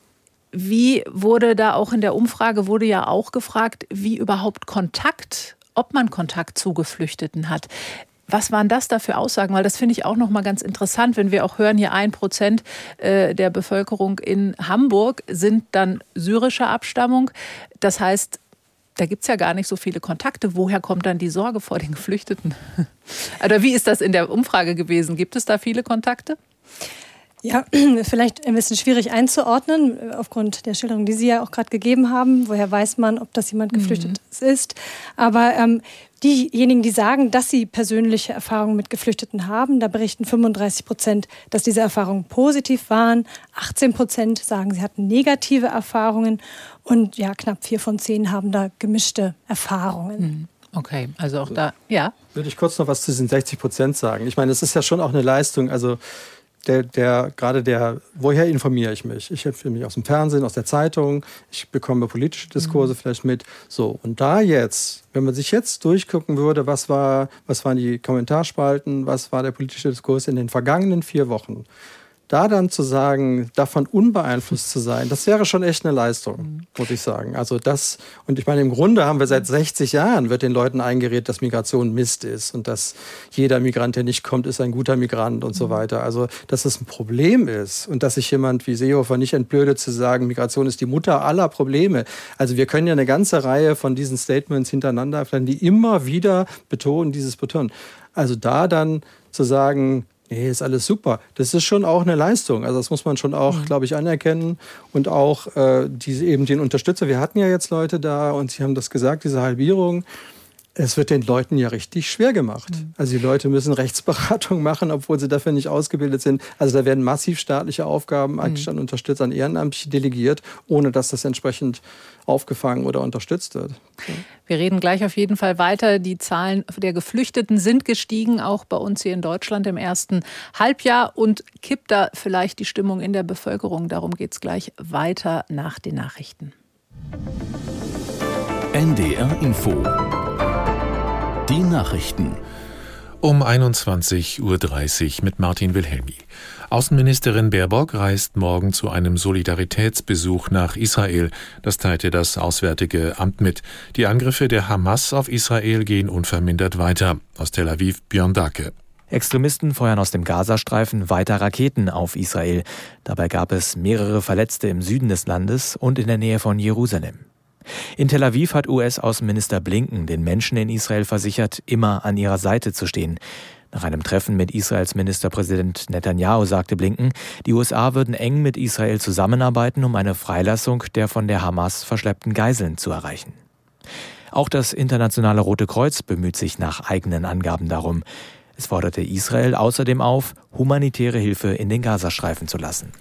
wie wurde da auch in der Umfrage, wurde ja auch gefragt, wie überhaupt Kontakt, ob man Kontakt zu Geflüchteten hat. Was waren das da für Aussagen? Weil das finde ich auch noch mal ganz interessant, wenn wir auch hören, hier ein Prozent der Bevölkerung in Hamburg sind dann syrischer Abstammung. Das heißt, da gibt es ja gar nicht so viele Kontakte. Woher kommt dann die Sorge vor den Geflüchteten? Oder wie ist das in der Umfrage gewesen? Gibt es da viele Kontakte? Ja, vielleicht ein bisschen schwierig einzuordnen, aufgrund der Schilderung, die Sie ja auch gerade gegeben haben. Woher weiß man, ob das jemand Geflüchtetes mhm. ist? Aber ähm, diejenigen, die sagen, dass sie persönliche Erfahrungen mit Geflüchteten haben, da berichten fünfunddreißig Prozent, dass diese Erfahrungen positiv waren. achtzehn Prozent sagen, sie hatten negative Erfahrungen. Und ja, knapp vier von zehn haben da gemischte Erfahrungen. Mhm. Okay, also auch da, ja. Würde ich kurz noch was zu diesen sechzig Prozent sagen. Ich meine, es ist ja schon auch eine Leistung, also Der, der, gerade der, woher informiere ich mich? Ich informiere mich aus dem Fernsehen, aus der Zeitung, ich bekomme politische Diskurse mhm. vielleicht mit. So, und da jetzt, wenn man sich jetzt durchgucken würde, was war, was waren die Kommentarspalten, was war der politische Diskurs in den vergangenen vier Wochen, da dann zu sagen, davon unbeeinflusst zu sein, das wäre schon echt eine Leistung, mhm. muss ich sagen. Also das, und ich meine, im Grunde haben wir seit sechzig Jahren, wird den Leuten eingeredet, dass Migration Mist ist und dass jeder Migrant, der nicht kommt, ist ein guter Migrant und mhm. so weiter. Also, dass es ein Problem ist und dass sich jemand wie Seehofer nicht entblödet zu sagen, Migration ist die Mutter aller Probleme. Also wir können ja eine ganze Reihe von diesen Statements hintereinander, die immer wieder betonen, dieses Betonen. Also da dann zu sagen, nee, ist alles super. Das ist schon auch eine Leistung. Also das muss man schon auch, mhm. glaube ich, anerkennen. Und auch äh, diese, eben den Unterstützer. Wir hatten ja jetzt Leute da und Sie haben das gesagt, diese Halbierung. Es wird den Leuten ja richtig schwer gemacht. Mhm. Also die Leute müssen Rechtsberatung machen, obwohl sie dafür nicht ausgebildet sind. Also da werden massiv staatliche Aufgaben eigentlich mhm. an Unterstützer, an Ehrenamtliche delegiert, ohne dass das entsprechend aufgefangen oder unterstützt wird. So. Wir reden gleich auf jeden Fall weiter. Die Zahlen der Geflüchteten sind gestiegen, auch bei uns hier in Deutschland im ersten Halbjahr. Und kippt da vielleicht die Stimmung in der Bevölkerung? Darum geht es gleich weiter nach den Nachrichten. N D R Info. Die Nachrichten. Um einundzwanzig Uhr dreißig mit Martin Wilhelmi. Außenministerin Baerbock reist morgen zu einem Solidaritätsbesuch nach Israel. Das teilte das Auswärtige Amt mit. Die Angriffe der Hamas auf Israel gehen unvermindert weiter. Aus Tel Aviv Björn Dake. Extremisten feuern aus dem Gazastreifen weiter Raketen auf Israel. Dabei gab es mehrere Verletzte im Süden des Landes und in der Nähe von Jerusalem. In Tel Aviv hat U S-Außenminister Blinken den Menschen in Israel versichert, immer an ihrer Seite zu stehen. Nach einem Treffen mit Israels Ministerpräsident Netanyahu sagte Blinken, die U S A würden eng mit Israel zusammenarbeiten, um eine Freilassung der von der Hamas verschleppten Geiseln zu erreichen. Auch das Internationale Rote Kreuz bemüht sich nach eigenen Angaben darum. Es forderte Israel außerdem auf, humanitäre Hilfe in den Gazastreifen zu lassen.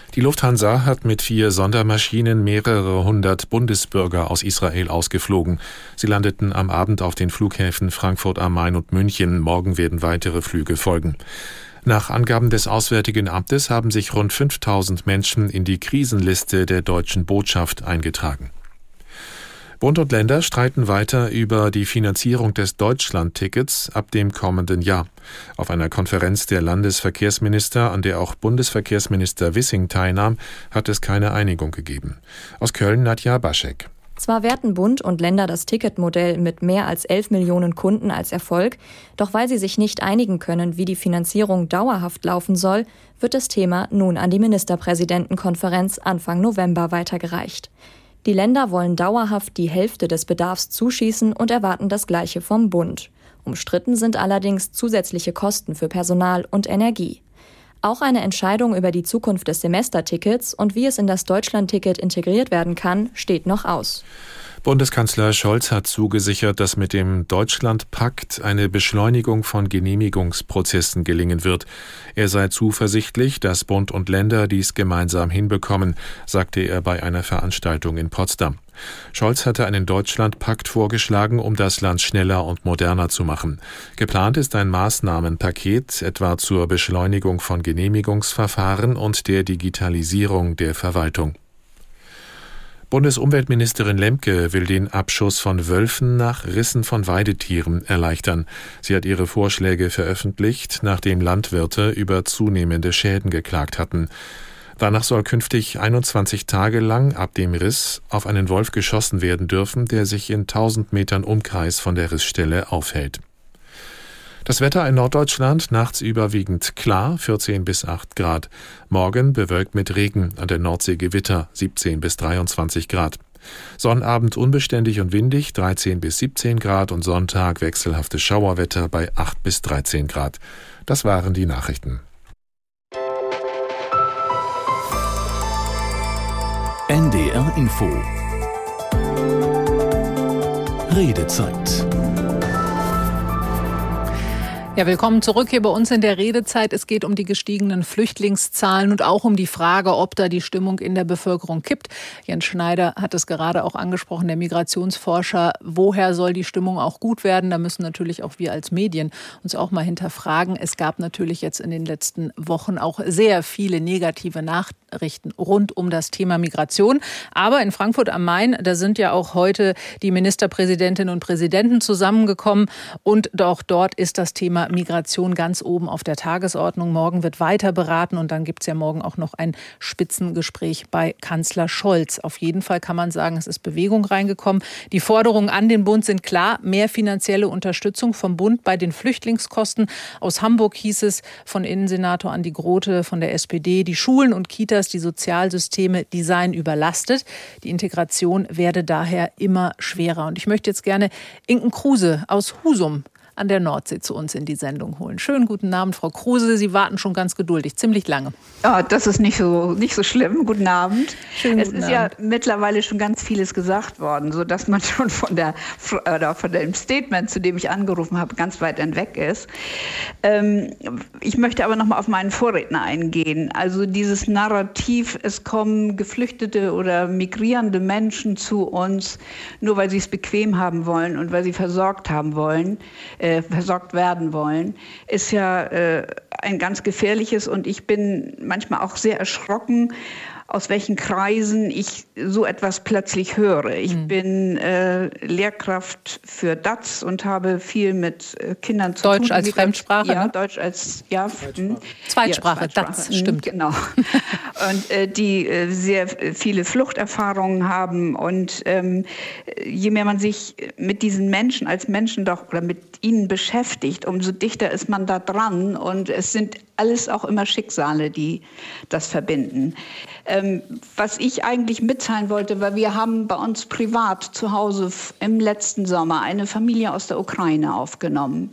Die Lufthansa hat mit vier Sondermaschinen mehrere hundert Bundesbürger aus Israel ausgeflogen. Sie landeten am Abend auf den Flughäfen Frankfurt am Main und München. Morgen werden weitere Flüge folgen. Nach Angaben des Auswärtigen Amtes haben sich rund fünftausend Menschen in die Krisenliste der deutschen Botschaft eingetragen. Bund und Länder streiten weiter über die Finanzierung des Deutschland-Tickets ab dem kommenden Jahr. Auf einer Konferenz der Landesverkehrsminister, an der auch Bundesverkehrsminister Wissing teilnahm, hat es keine Einigung gegeben. Aus Köln Nadja Baschek. Zwar werten Bund und Länder das Ticketmodell mit mehr als elf Millionen Kunden als Erfolg, doch weil sie sich nicht einigen können, wie die Finanzierung dauerhaft laufen soll, wird das Thema nun an die Ministerpräsidentenkonferenz Anfang November weitergereicht. Die Länder wollen dauerhaft die Hälfte des Bedarfs zuschießen und erwarten das Gleiche vom Bund. Umstritten sind allerdings zusätzliche Kosten für Personal und Energie. Auch eine Entscheidung über die Zukunft des Semestertickets und wie es in das Deutschlandticket integriert werden kann, steht noch aus. Bundeskanzler Scholz hat zugesichert, dass mit dem Deutschlandpakt eine Beschleunigung von Genehmigungsprozessen gelingen wird. Er sei zuversichtlich, dass Bund und Länder dies gemeinsam hinbekommen, sagte er bei einer Veranstaltung in Potsdam. Scholz hatte einen Deutschlandpakt vorgeschlagen, um das Land schneller und moderner zu machen. Geplant ist ein Maßnahmenpaket, etwa zur Beschleunigung von Genehmigungsverfahren und der Digitalisierung der Verwaltung. Bundesumweltministerin Lemke will den Abschuss von Wölfen nach Rissen von Weidetieren erleichtern. Sie hat ihre Vorschläge veröffentlicht, nachdem Landwirte über zunehmende Schäden geklagt hatten. Danach soll künftig einundzwanzig Tage lang ab dem Riss auf einen Wolf geschossen werden dürfen, der sich in tausend Metern Umkreis von der Rissstelle aufhält. Das Wetter in Norddeutschland nachts überwiegend klar, vierzehn bis acht Grad. Morgen bewölkt mit Regen, an der Nordsee Gewitter, siebzehn bis dreiundzwanzig Grad. Sonnabend unbeständig und windig, dreizehn bis siebzehn Grad und Sonntag wechselhaftes Schauerwetter bei acht bis dreizehn Grad. Das waren die Nachrichten. N D R Info. Redezeit. Ja, willkommen zurück hier bei uns in der Redezeit. Es geht um die gestiegenen Flüchtlingszahlen und auch um die Frage, ob da die Stimmung in der Bevölkerung kippt. Jens Schneider hat es gerade auch angesprochen, der Migrationsforscher. Woher soll die Stimmung auch gut werden? Da müssen natürlich auch wir als Medien uns auch mal hinterfragen. Es gab natürlich jetzt in den letzten Wochen auch sehr viele negative Nachrichten rund um das Thema Migration. Aber in Frankfurt am Main, da sind ja auch heute die Ministerpräsidentinnen und Präsidenten zusammengekommen. Und auch dort ist das Thema Migration ganz oben auf der Tagesordnung. Morgen wird weiter beraten und dann gibt es ja morgen auch noch ein Spitzengespräch bei Kanzler Scholz. Auf jeden Fall kann man sagen, es ist Bewegung reingekommen. Die Forderungen an den Bund sind klar. Mehr finanzielle Unterstützung vom Bund bei den Flüchtlingskosten. Aus Hamburg hieß es von Innensenator Andi Grote von der S P D, die Schulen und Kitas, die Sozialsysteme, die seien überlastet. Die Integration werde daher immer schwerer. Und ich möchte jetzt gerne Inken Kruse aus Husum an der Nordsee zu uns in die Sendung holen. Schönen guten Abend, Frau Kruse. Sie warten schon ganz geduldig, ziemlich lange. Ja, das ist nicht so, nicht so schlimm. Guten Abend. Schönen es guten ist Abend. Ja mittlerweile schon ganz vieles gesagt worden, sodass man schon von, der, oder von dem Statement, zu dem ich angerufen habe, ganz weit hinweg ist. Ähm, ich möchte aber noch mal auf meinen Vorredner eingehen. Also dieses Narrativ, es kommen geflüchtete oder migrierende Menschen zu uns, nur weil sie es bequem haben wollen und weil sie versorgt haben wollen, äh, versorgt werden wollen, ist ja äh, ein ganz gefährliches, und ich bin manchmal auch sehr erschrocken, aus welchen Kreisen ich so etwas plötzlich höre. Ich mhm. bin äh, Lehrkraft für D A Z und habe viel mit äh, Kindern zu Deutsch tun. Deutsch als Fremdsprache? Ja, ne? Deutsch als ja, Zweitsprache, Zweitsprache. ja, D A Z, stimmt. Genau. Und äh, die äh, sehr viele Fluchterfahrungen haben. Und ähm, je mehr man sich mit diesen Menschen als Menschen doch oder mit ihnen beschäftigt, umso dichter ist man da dran. Und es sind alles auch immer Schicksale, die das verbinden. Ähm, was ich eigentlich mitteilen wollte, weil wir haben bei uns privat zu Hause im letzten Sommer eine Familie aus der Ukraine aufgenommen,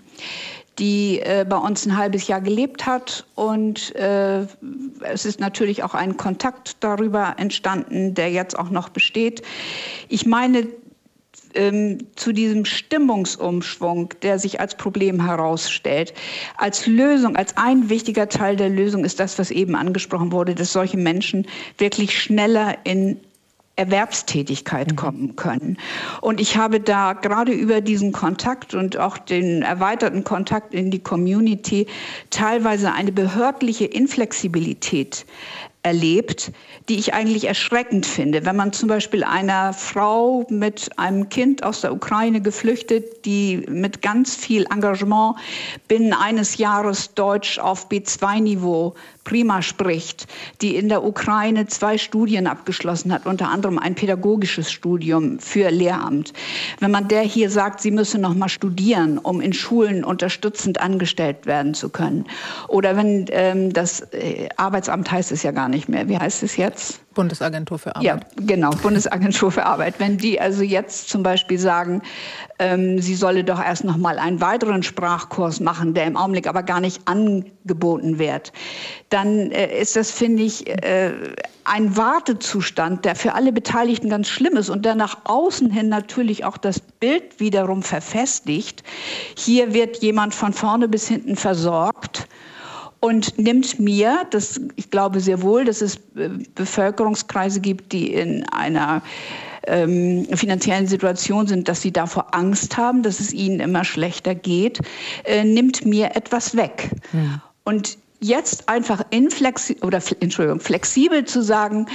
die äh, bei uns ein halbes Jahr gelebt hat. Und äh, es ist natürlich auch ein Kontakt darüber entstanden, der jetzt auch noch besteht. Ich meine, ähm, zu diesem Stimmungsumschwung, der sich als Problem herausstellt, als Lösung, als ein wichtiger Teil der Lösung ist das, was eben angesprochen wurde, dass solche Menschen wirklich schneller in Erwerbstätigkeit kommen können. Und ich habe da gerade über diesen Kontakt und auch den erweiterten Kontakt in die Community teilweise eine behördliche Inflexibilität erlebt, die ich eigentlich erschreckend finde. Wenn man zum Beispiel einer Frau mit einem Kind aus der Ukraine geflüchtet, die mit ganz viel Engagement binnen eines Jahres Deutsch auf B zwei Niveau prima spricht, die in der Ukraine zwei Studien abgeschlossen hat, unter anderem ein pädagogisches Studium für Lehramt. Wenn man der hier sagt, sie müsse noch mal studieren, um in Schulen unterstützend angestellt werden zu können. Oder wenn ähm, das äh, Arbeitsamt heißt es ja gar nicht mehr. Wie heißt es jetzt? Bundesagentur für Arbeit. Ja, genau, Bundesagentur für Arbeit. Wenn die also jetzt zum Beispiel sagen, ähm, sie solle doch erst noch mal einen weiteren Sprachkurs machen, der im Augenblick aber gar nicht angeboten wird, dann äh, ist das, finde ich, äh, ein Wartezustand, der für alle Beteiligten ganz schlimm ist und der nach außen hin natürlich auch das Bild wiederum verfestigt. Hier wird jemand von vorne bis hinten versorgt und nimmt mir, das, ich glaube sehr wohl, dass es Bevölkerungskreise gibt, die in einer ähm, finanziellen Situation sind, dass sie davor Angst haben, dass es ihnen immer schlechter geht, äh, nimmt mir etwas weg. Ja. Und jetzt einfach inflexi- oder Entschuldigung, flexibel zu sagen,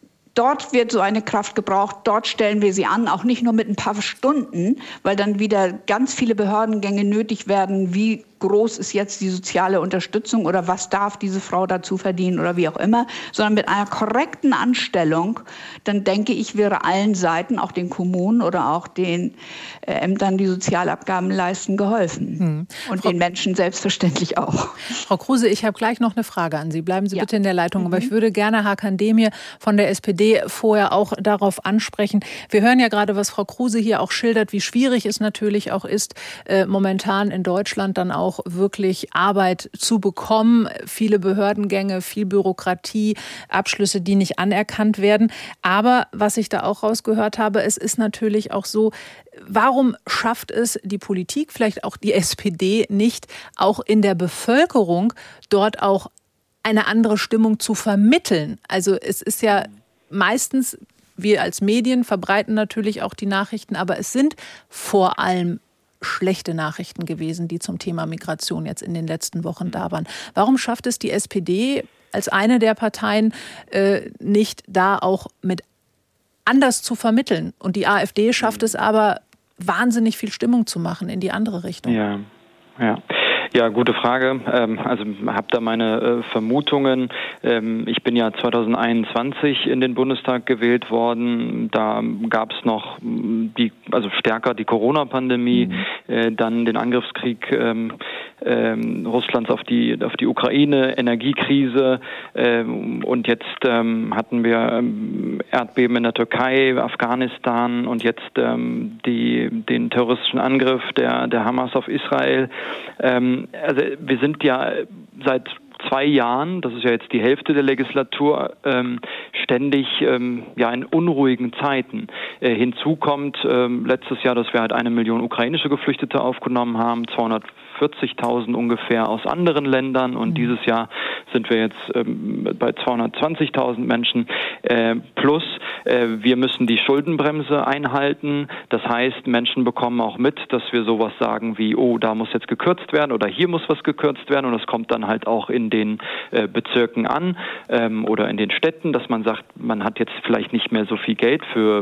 dort wird so eine Kraft gebraucht, dort stellen wir sie an, auch nicht nur mit ein paar Stunden, weil dann wieder ganz viele Behördengänge nötig werden, wie groß ist jetzt die soziale Unterstützung oder was darf diese Frau dazu verdienen oder wie auch immer, sondern mit einer korrekten Anstellung, dann denke ich, wäre allen Seiten, auch den Kommunen oder auch den äh, Ämtern, die Sozialabgaben leisten, geholfen. Hm. Und Frau, den Menschen selbstverständlich auch. Frau Kruse, ich habe gleich noch eine Frage an Sie. Bleiben Sie ja. bitte in der Leitung. Mhm. Aber ich würde gerne Hakan Demir von der S P D vorher auch darauf ansprechen. Wir hören ja gerade, was Frau Kruse hier auch schildert, wie schwierig es natürlich auch ist, äh, momentan in Deutschland dann auch wirklich Arbeit zu bekommen. Viele Behördengänge, viel Bürokratie, Abschlüsse, die nicht anerkannt werden. Aber was ich da auch rausgehört habe, es ist natürlich auch so, warum schafft es die Politik, vielleicht auch die S P D nicht, auch in der Bevölkerung dort auch eine andere Stimmung zu vermitteln? Also es ist ja meistens, wir als Medien verbreiten natürlich auch die Nachrichten, aber es sind vor allem schlechte Nachrichten gewesen, die zum Thema Migration jetzt in den letzten Wochen da waren. Warum schafft es die S P D als eine der Parteien äh, nicht, da auch mit anders zu vermitteln? Und die AfD schafft es aber, wahnsinnig viel Stimmung zu machen in die andere Richtung. Ja, ja. Ja, gute Frage. Ähm, also habe da meine äh, Vermutungen. Ähm, ich bin ja zwanzig einundzwanzig in den Bundestag gewählt worden. Da gab es noch die, also stärker die Corona-Pandemie, mhm. äh, dann den Angriffskrieg ähm, ähm, Russlands auf die auf die Ukraine, Energiekrise ähm, und jetzt ähm, hatten wir ähm, Erdbeben in der Türkei, Afghanistan und jetzt ähm, die den terroristischen Angriff der der Hamas auf Israel. Ähm, Also wir sind ja seit zwei Jahren, das ist ja jetzt die Hälfte der Legislatur, ähm, ständig ähm, ja in unruhigen Zeiten. Äh, hinzu kommt ähm, letztes Jahr, dass wir halt eine Million ukrainische Geflüchtete aufgenommen haben, zweihundertvierzigtausend ungefähr aus anderen Ländern und mhm. dieses Jahr sind wir jetzt ähm, bei zweihundertzwanzigtausend Menschen äh, plus. Äh, wir müssen die Schuldenbremse einhalten. Das heißt, Menschen bekommen auch mit, dass wir sowas sagen wie, oh, da muss jetzt gekürzt werden oder hier muss was gekürzt werden und das kommt dann halt auch in den äh, Bezirken an ähm, oder in den Städten, dass man sagt, man hat jetzt vielleicht nicht mehr so viel Geld für,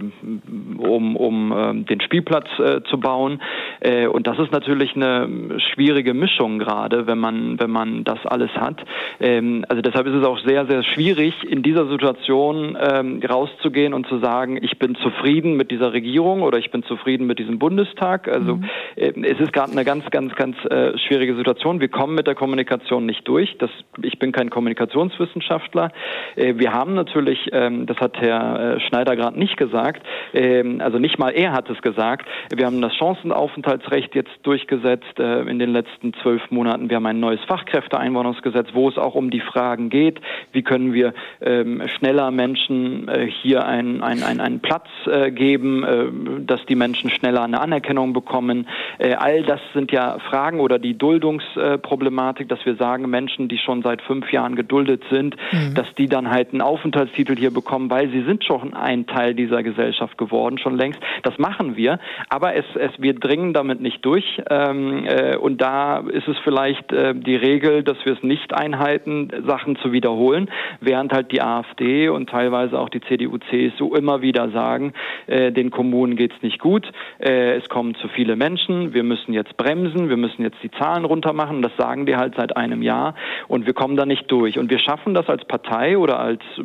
um, um äh, den Spielplatz äh, zu bauen. Äh, und das ist natürlich eine schwierige Mischung gerade, wenn man, wenn man das alles hat. Ähm, also deshalb ist es auch sehr, sehr schwierig, in dieser Situation ähm, rauszugehen und zu sagen, ich bin zufrieden mit dieser Regierung oder ich bin zufrieden mit diesem Bundestag. Also mhm. äh, es ist gerade eine ganz, ganz, ganz äh, schwierige Situation. Wir kommen mit der Kommunikation nicht durch. Das, ich bin kein Kommunikationswissenschaftler. Äh, wir haben natürlich wichtig, ähm, das hat Herr Schneider gerade nicht gesagt, ähm, also nicht mal er hat es gesagt. Wir haben das Chancenaufenthaltsrecht jetzt durchgesetzt äh, in den letzten zwölf Monaten. Wir haben ein neues Fachkräfteeinwanderungsgesetz, wo es auch um die Fragen geht, wie können wir ähm, schneller Menschen äh, hier einen, einen, einen, einen Platz äh, geben, äh, dass die Menschen schneller eine Anerkennung bekommen. Äh, all das sind ja Fragen oder die Duldungsproblematik, dass wir sagen, Menschen, die schon seit fünf Jahren geduldet sind, mhm. dass die dann halt einen Aufenthaltstitel hier bekommen, weil sie sind schon ein Teil dieser Gesellschaft geworden, schon längst. Das machen wir, aber es, es wir dringen damit nicht durch ähm, äh, und da ist es vielleicht äh, die Regel, dass wir es nicht einhalten, Sachen zu wiederholen, während halt die AfD und teilweise auch die C D U, C S U immer wieder sagen, äh, den Kommunen geht's nicht gut, äh, es kommen zu viele Menschen, wir müssen jetzt bremsen, wir müssen jetzt die Zahlen runter machen, das sagen die halt seit einem Jahr und wir kommen da nicht durch. Und wir schaffen das als Partei oder als äh,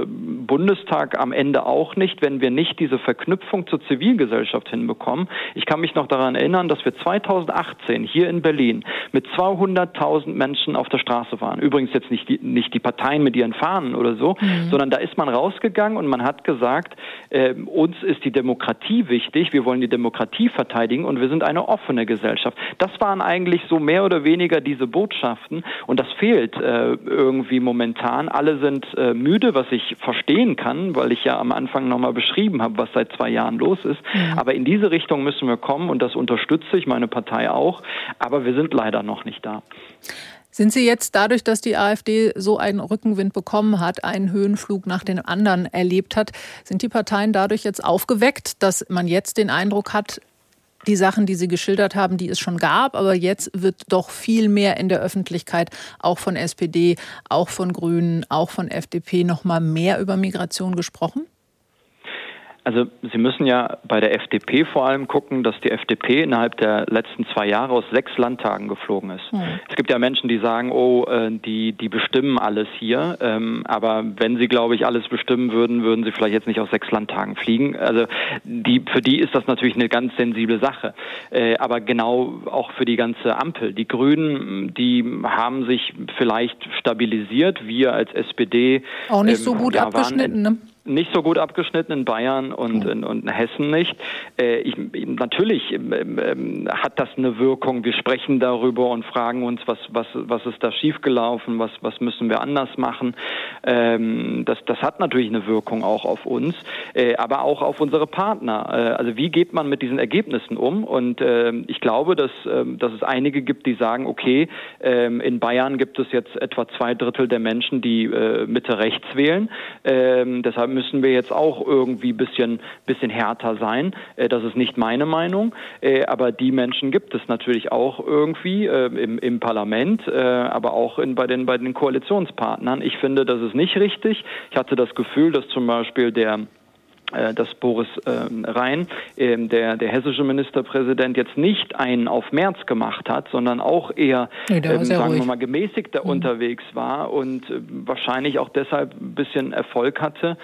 Bundestag am Ende auch nicht, wenn wir nicht diese Verknüpfung zur Zivilgesellschaft hinbekommen. Ich kann mich noch daran erinnern, dass wir zweitausendachtzehn hier in Berlin mit zweihunderttausend Menschen auf der Straße waren. Übrigens jetzt nicht die, nicht die Parteien mit ihren Fahnen oder so, mhm. sondern da ist man rausgegangen und man hat gesagt, äh, uns ist die Demokratie wichtig, wir wollen die Demokratie verteidigen und wir sind eine offene Gesellschaft. Das waren eigentlich so mehr oder weniger diese Botschaften und das fehlt äh, irgendwie momentan. Alle sind äh, müde, was ich verstehen kann, weil ich ja am Anfang nochmal beschrieben habe, was seit zwei Jahren los ist. Mhm. Aber in diese Richtung müssen wir kommen und das unterstütze ich, meine Partei auch. Aber wir sind leider noch nicht da. Sind Sie jetzt dadurch, dass die AfD so einen Rückenwind bekommen hat, einen Höhenflug nach dem anderen erlebt hat, sind die Parteien dadurch jetzt aufgeweckt, dass man jetzt den Eindruck hat, die Sachen, die Sie geschildert haben, die es schon gab, aber jetzt wird doch viel mehr in der Öffentlichkeit, auch von S P D, auch von Grünen, auch von F D P, noch mal mehr über Migration gesprochen? Also Sie müssen ja bei der F D P vor allem gucken, dass die F D P innerhalb der letzten zwei Jahre aus sechs Landtagen geflogen ist. Mhm. Es gibt ja Menschen, die sagen, oh, die die bestimmen alles hier. Aber wenn sie, glaube ich, alles bestimmen würden, würden sie vielleicht jetzt nicht aus sechs Landtagen fliegen. Also die, für die ist das natürlich eine ganz sensible Sache. Aber genau auch für die ganze Ampel. Die Grünen, die haben sich vielleicht stabilisiert. Wir als S P D auch nicht so gut ja, abgeschnitten, ne? Nicht so gut abgeschnitten in Bayern und in, und in Hessen nicht. Äh, ich, natürlich ähm, hat das eine Wirkung. Wir sprechen darüber und fragen uns, was was was ist da schiefgelaufen, was was müssen wir anders machen. Ähm, das das hat natürlich eine Wirkung auch auf uns, äh, aber auch auf unsere Partner. Äh, also wie geht man mit diesen Ergebnissen um? Und äh, ich glaube, dass äh, dass es einige gibt, die sagen, okay, äh, in Bayern gibt es jetzt etwa zwei Drittel der Menschen, die äh, Mitte rechts wählen. Äh, deshalb müssen wir jetzt auch irgendwie ein bisschen, bisschen härter sein. Das ist nicht meine Meinung, aber die Menschen gibt es natürlich auch irgendwie im, im Parlament, aber auch in, bei, den, bei den Koalitionspartnern. Ich finde, das ist nicht richtig. Ich hatte das Gefühl, dass zum Beispiel der dass Boris äh, Rhein, äh, der, der hessische Ministerpräsident, jetzt nicht einen auf März gemacht hat, sondern auch eher, nee, ähm, sagen ruhig. wir mal, gemäßigter mhm. unterwegs war und äh, wahrscheinlich auch deshalb ein bisschen Erfolg hatte.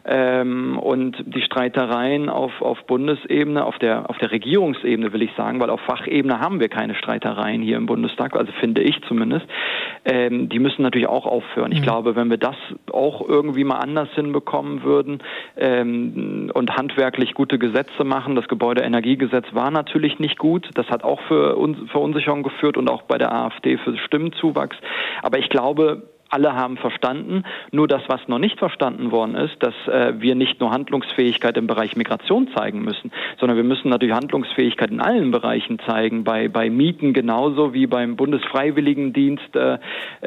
Ähm, und die Streitereien auf, auf Bundesebene, auf der, auf der Regierungsebene will ich sagen, weil auf Fachebene haben wir keine Streitereien hier im Bundestag, also finde ich zumindest, ähm, die müssen natürlich auch aufhören. Mhm. Ich glaube, wenn wir das auch irgendwie mal anders hinbekommen würden, ähm, und handwerklich gute Gesetze machen. Das Gebäudeenergiegesetz war natürlich nicht gut. Das hat auch für Verunsicherung geführt und auch bei der AfD für Stimmenzuwachs. Aber ich glaube, alle haben verstanden. Nur das, was noch nicht verstanden worden ist, dass äh, wir nicht nur Handlungsfähigkeit im Bereich Migration zeigen müssen, sondern wir müssen natürlich Handlungsfähigkeit in allen Bereichen zeigen. Bei, bei Mieten genauso wie beim Bundesfreiwilligendienst, äh,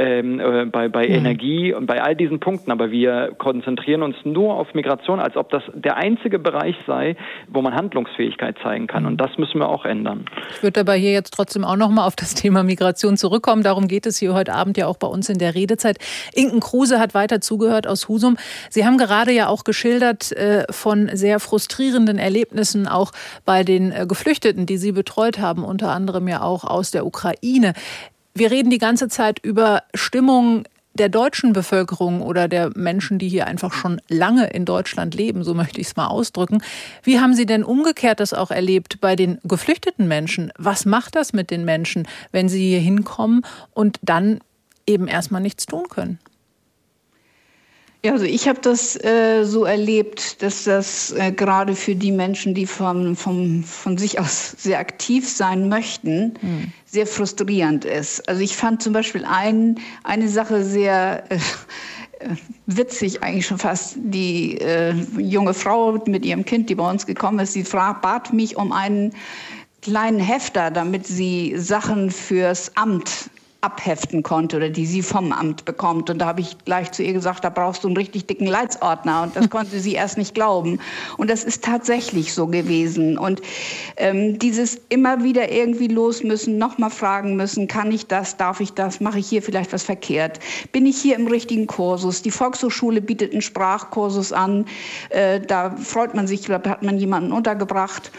äh, bei, bei mhm. Energie und bei all diesen Punkten. Aber wir konzentrieren uns nur auf Migration, als ob das der einzige Bereich sei, wo man Handlungsfähigkeit zeigen kann. Und das müssen wir auch ändern. Ich würde dabei hier jetzt trotzdem auch noch mal auf das Thema Migration zurückkommen. Darum geht es hier heute Abend ja auch bei uns in der Redezeit. Inken Kruse hat weiter zugehört aus Husum. Sie haben gerade ja auch geschildert äh, von sehr frustrierenden Erlebnissen auch bei den äh, Geflüchteten, die Sie betreut haben, unter anderem ja auch aus der Ukraine. Wir reden die ganze Zeit über Stimmung der deutschen Bevölkerung oder der Menschen, die hier einfach schon lange in Deutschland leben, so möchte ich es mal ausdrücken. Wie haben Sie denn umgekehrt das auch erlebt bei den geflüchteten Menschen? Was macht das mit den Menschen, wenn sie hier hinkommen und dann eben erstmal nichts tun können? Ja, also ich habe das äh, so erlebt, dass das äh, gerade für die Menschen, die vom, vom, von sich aus sehr aktiv sein möchten, mhm. sehr frustrierend ist. Also ich fand zum Beispiel ein, eine Sache sehr äh, witzig, eigentlich schon fast. Die äh, junge Frau mit ihrem Kind, die bei uns gekommen ist, die frag, bat mich um einen kleinen Hefter, damit sie Sachen fürs Amt abheften konnte oder die sie vom Amt bekommt. Und da habe ich gleich zu ihr gesagt, da brauchst du einen richtig dicken Leitsordner. Und das konnte sie erst nicht glauben. Und das ist tatsächlich so gewesen. Und ähm, dieses immer wieder irgendwie los müssen, nochmal fragen müssen, kann ich das, darf ich das, mache ich hier vielleicht was verkehrt? Bin ich hier im richtigen Kursus? Die Volkshochschule bietet einen Sprachkursus an. Äh, da freut man sich, da hat man jemanden untergebracht.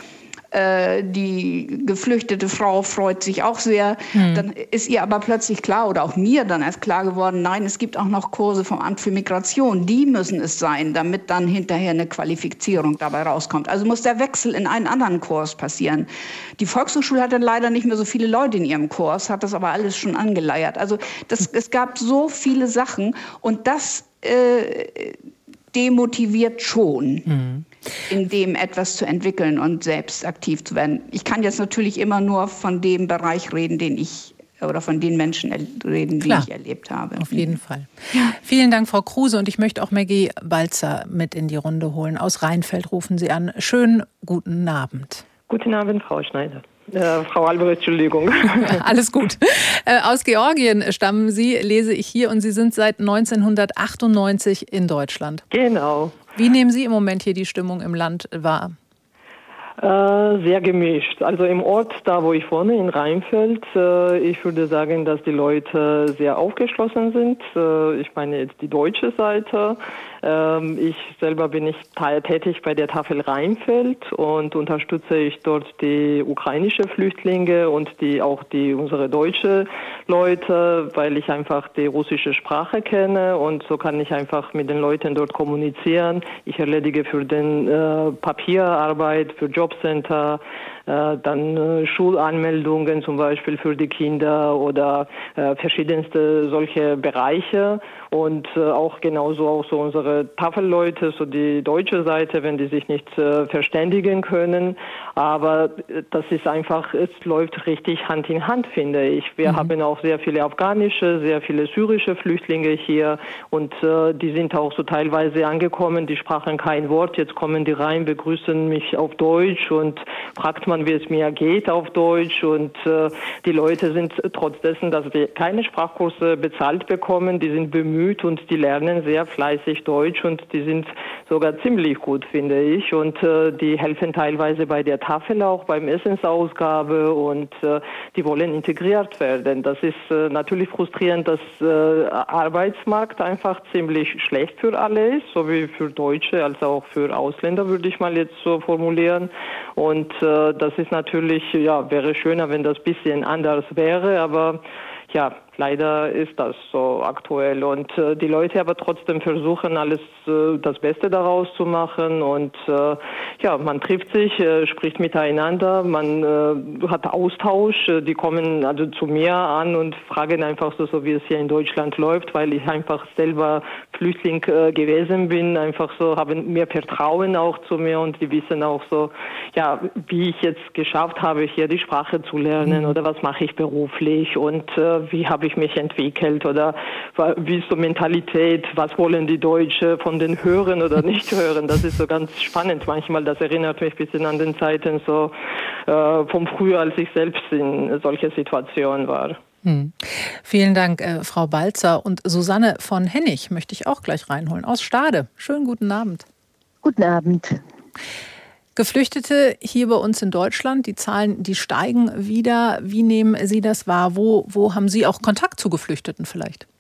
Die geflüchtete Frau freut sich auch sehr. Hm. Dann ist ihr aber plötzlich klar, oder auch mir dann erst klar geworden, nein, es gibt auch noch Kurse vom Amt für Migration. Die müssen es sein, damit dann hinterher eine Qualifizierung dabei rauskommt. Also muss der Wechsel in einen anderen Kurs passieren. Die Volkshochschule hat dann leider nicht mehr so viele Leute in ihrem Kurs, hat das aber alles schon angeleiert. Also das, es gab so viele Sachen und das äh, demotiviert schon. Hm. in dem etwas zu entwickeln und selbst aktiv zu werden. Ich kann jetzt natürlich immer nur von dem Bereich reden, den ich oder von den Menschen reden, die Klar. ich erlebt habe. Auf jeden Fall. Ja. Vielen Dank, Frau Kruse. Und ich möchte auch Maggie Balzer mit in die Runde holen. Aus Rheinfeld rufen Sie an. Schönen guten Abend. Guten Abend, Frau Schneider. Äh, Frau Albrecht, Entschuldigung. Alles gut. Äh, aus Georgien stammen Sie, lese ich hier, und Sie sind seit neunzehnhundertachtundneunzig in Deutschland. Genau. Wie nehmen Sie im Moment hier die Stimmung im Land wahr? Äh, sehr gemischt. Also im Ort, da wo ich wohne, in Rheinfeld, äh, ich würde sagen, dass die Leute sehr aufgeschlossen sind. Äh, ich meine jetzt die deutsche Seite. Ähm, ich selber bin ich tätig bei der Tafel Rheinfeld und unterstütze ich dort die ukrainische Flüchtlinge und die auch die unsere deutsche Leute, weil ich einfach die russische Sprache kenne und so kann ich einfach mit den Leuten dort kommunizieren. Ich erledige für den äh, Papierarbeit, für Jobcenter, äh, dann äh, Schulanmeldungen zum Beispiel für die Kinder oder äh, verschiedenste solche Bereiche und äh, auch genauso auch so unsere Tafelleute, so die deutsche Seite, wenn die sich nicht äh, verständigen können. Aber das ist einfach, es läuft richtig Hand in Hand, finde ich. Wir mhm. haben auch sehr viele afghanische, sehr viele syrische Flüchtlinge hier und äh, die sind auch so teilweise angekommen, die sprachen kein Wort. Jetzt kommen die rein, begrüßen mich auf Deutsch und fragt man, wie es mir geht auf Deutsch. Und äh, die Leute sind trotz dessen, dass wir keine Sprachkurse bezahlt bekommen, die sind bemüht und die lernen sehr fleißig Deutsch und die sind sogar ziemlich gut, finde ich. Und äh, die helfen teilweise bei der Tafel auch, beim Essensausgabe und äh, die wollen integriert werden. Das ist äh, natürlich frustrierend, dass äh, Arbeitsmarkt einfach ziemlich schlecht für alle ist, so wie für Deutsche als auch für Ausländer, würde ich mal jetzt so formulieren. Und äh, das ist natürlich, ja, wäre schöner, wenn das ein bisschen anders wäre, aber ja, leider ist das so aktuell und äh, die Leute aber trotzdem versuchen, alles äh, das Beste daraus zu machen und äh, ja, man trifft sich, äh, spricht miteinander, man äh, hat Austausch, äh, die kommen also zu mir an und fragen einfach so, so wie es hier in Deutschland läuft, weil ich einfach selber Flüchtling äh, gewesen bin, einfach so, haben mehr Vertrauen auch zu mir und die wissen auch so, ja, wie ich jetzt geschafft habe, hier die Sprache zu lernen mhm. oder was mache ich beruflich und äh, wie habe ich mich entwickelt oder wie ist so Mentalität, was wollen die Deutschen von den Hören oder nicht hören, das ist so ganz spannend manchmal, das erinnert mich ein bisschen an den Zeiten so äh, vom Frühjahr, als ich selbst in solcher Situation war. Hm. Vielen Dank, äh, Frau Balzer. Und Susanne von Hennig möchte ich auch gleich reinholen, aus Stade. Schönen guten Abend. Guten Abend. Geflüchtete hier bei uns in Deutschland, die Zahlen, die steigen wieder. Wie nehmen Sie das wahr? Wo, wo haben Sie auch Kontakt zu Geflüchteten vielleicht?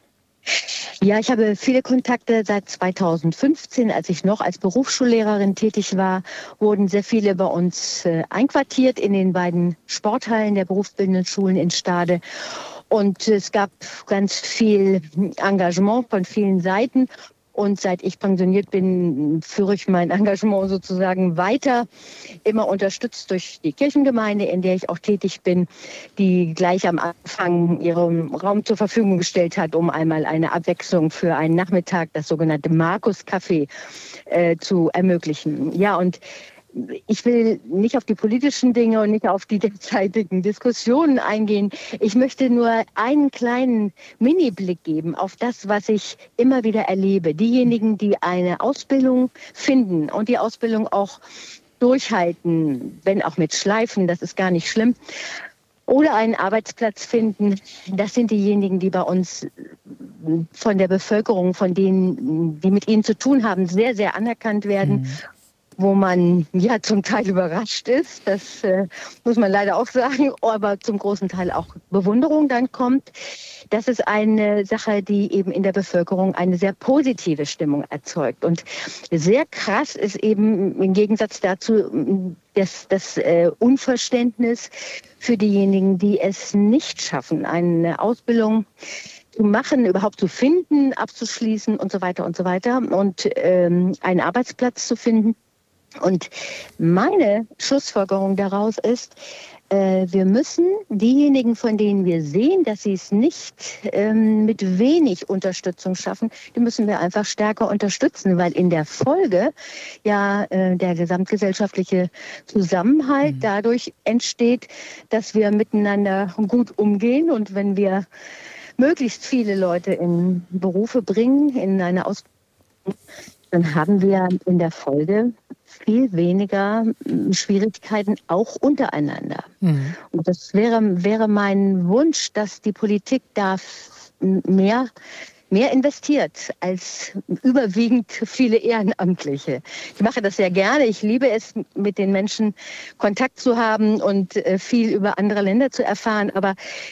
Ja, ich habe viele Kontakte seit zweitausendfünfzehn, als ich noch als Berufsschullehrerin tätig war, wurden sehr viele bei uns äh, einquartiert in den beiden Sporthallen der berufsbildenden Schulen in Stade. Und es gab ganz viel Engagement von vielen Seiten. Und seit ich pensioniert bin, führe ich mein Engagement sozusagen weiter, immer unterstützt durch die Kirchengemeinde, in der ich auch tätig bin, die gleich am Anfang ihren Raum zur Verfügung gestellt hat, um einmal eine Abwechslung für einen Nachmittag, das sogenannte Markus-Café, äh, zu ermöglichen. Ja, und ich will nicht auf die politischen Dinge und nicht auf die derzeitigen Diskussionen eingehen. Ich möchte nur einen kleinen Mini-Blick geben auf das, was ich immer wieder erlebe. Diejenigen, die eine Ausbildung finden und die Ausbildung auch durchhalten, wenn auch mit Schleifen, das ist gar nicht schlimm, oder einen Arbeitsplatz finden, das sind diejenigen, die bei uns von der Bevölkerung, von denen, die mit ihnen zu tun haben, sehr, sehr anerkannt werden. Mhm. Wo man ja zum Teil überrascht ist, das äh, muss man leider auch sagen, aber zum großen Teil auch Bewunderung dann kommt. Das ist eine Sache, die eben in der Bevölkerung eine sehr positive Stimmung erzeugt. Und sehr krass ist eben im Gegensatz dazu das, das äh, Unverständnis für diejenigen, die es nicht schaffen, eine Ausbildung zu machen, überhaupt zu finden, abzuschließen und so weiter und so weiter und ähm, einen Arbeitsplatz zu finden. Und meine Schlussfolgerung daraus ist, äh, wir müssen diejenigen, von denen wir sehen, dass sie es nicht ähm, mit wenig Unterstützung schaffen, die müssen wir einfach stärker unterstützen, weil in der Folge ja äh, der gesamtgesellschaftliche Zusammenhalt mhm. dadurch entsteht, dass wir miteinander gut umgehen. Und wenn wir möglichst viele Leute in Berufe bringen, in eine Ausbildung, dann haben wir in der Folge viel weniger Schwierigkeiten auch untereinander. Mhm. Und das wäre, wäre mein Wunsch, dass die Politik da mehr, mehr investiert als überwiegend viele Ehrenamtliche. Ich mache das sehr gerne. Ich liebe es, mit den Menschen Kontakt zu haben und äh, viel über andere Länder zu erfahren. Aber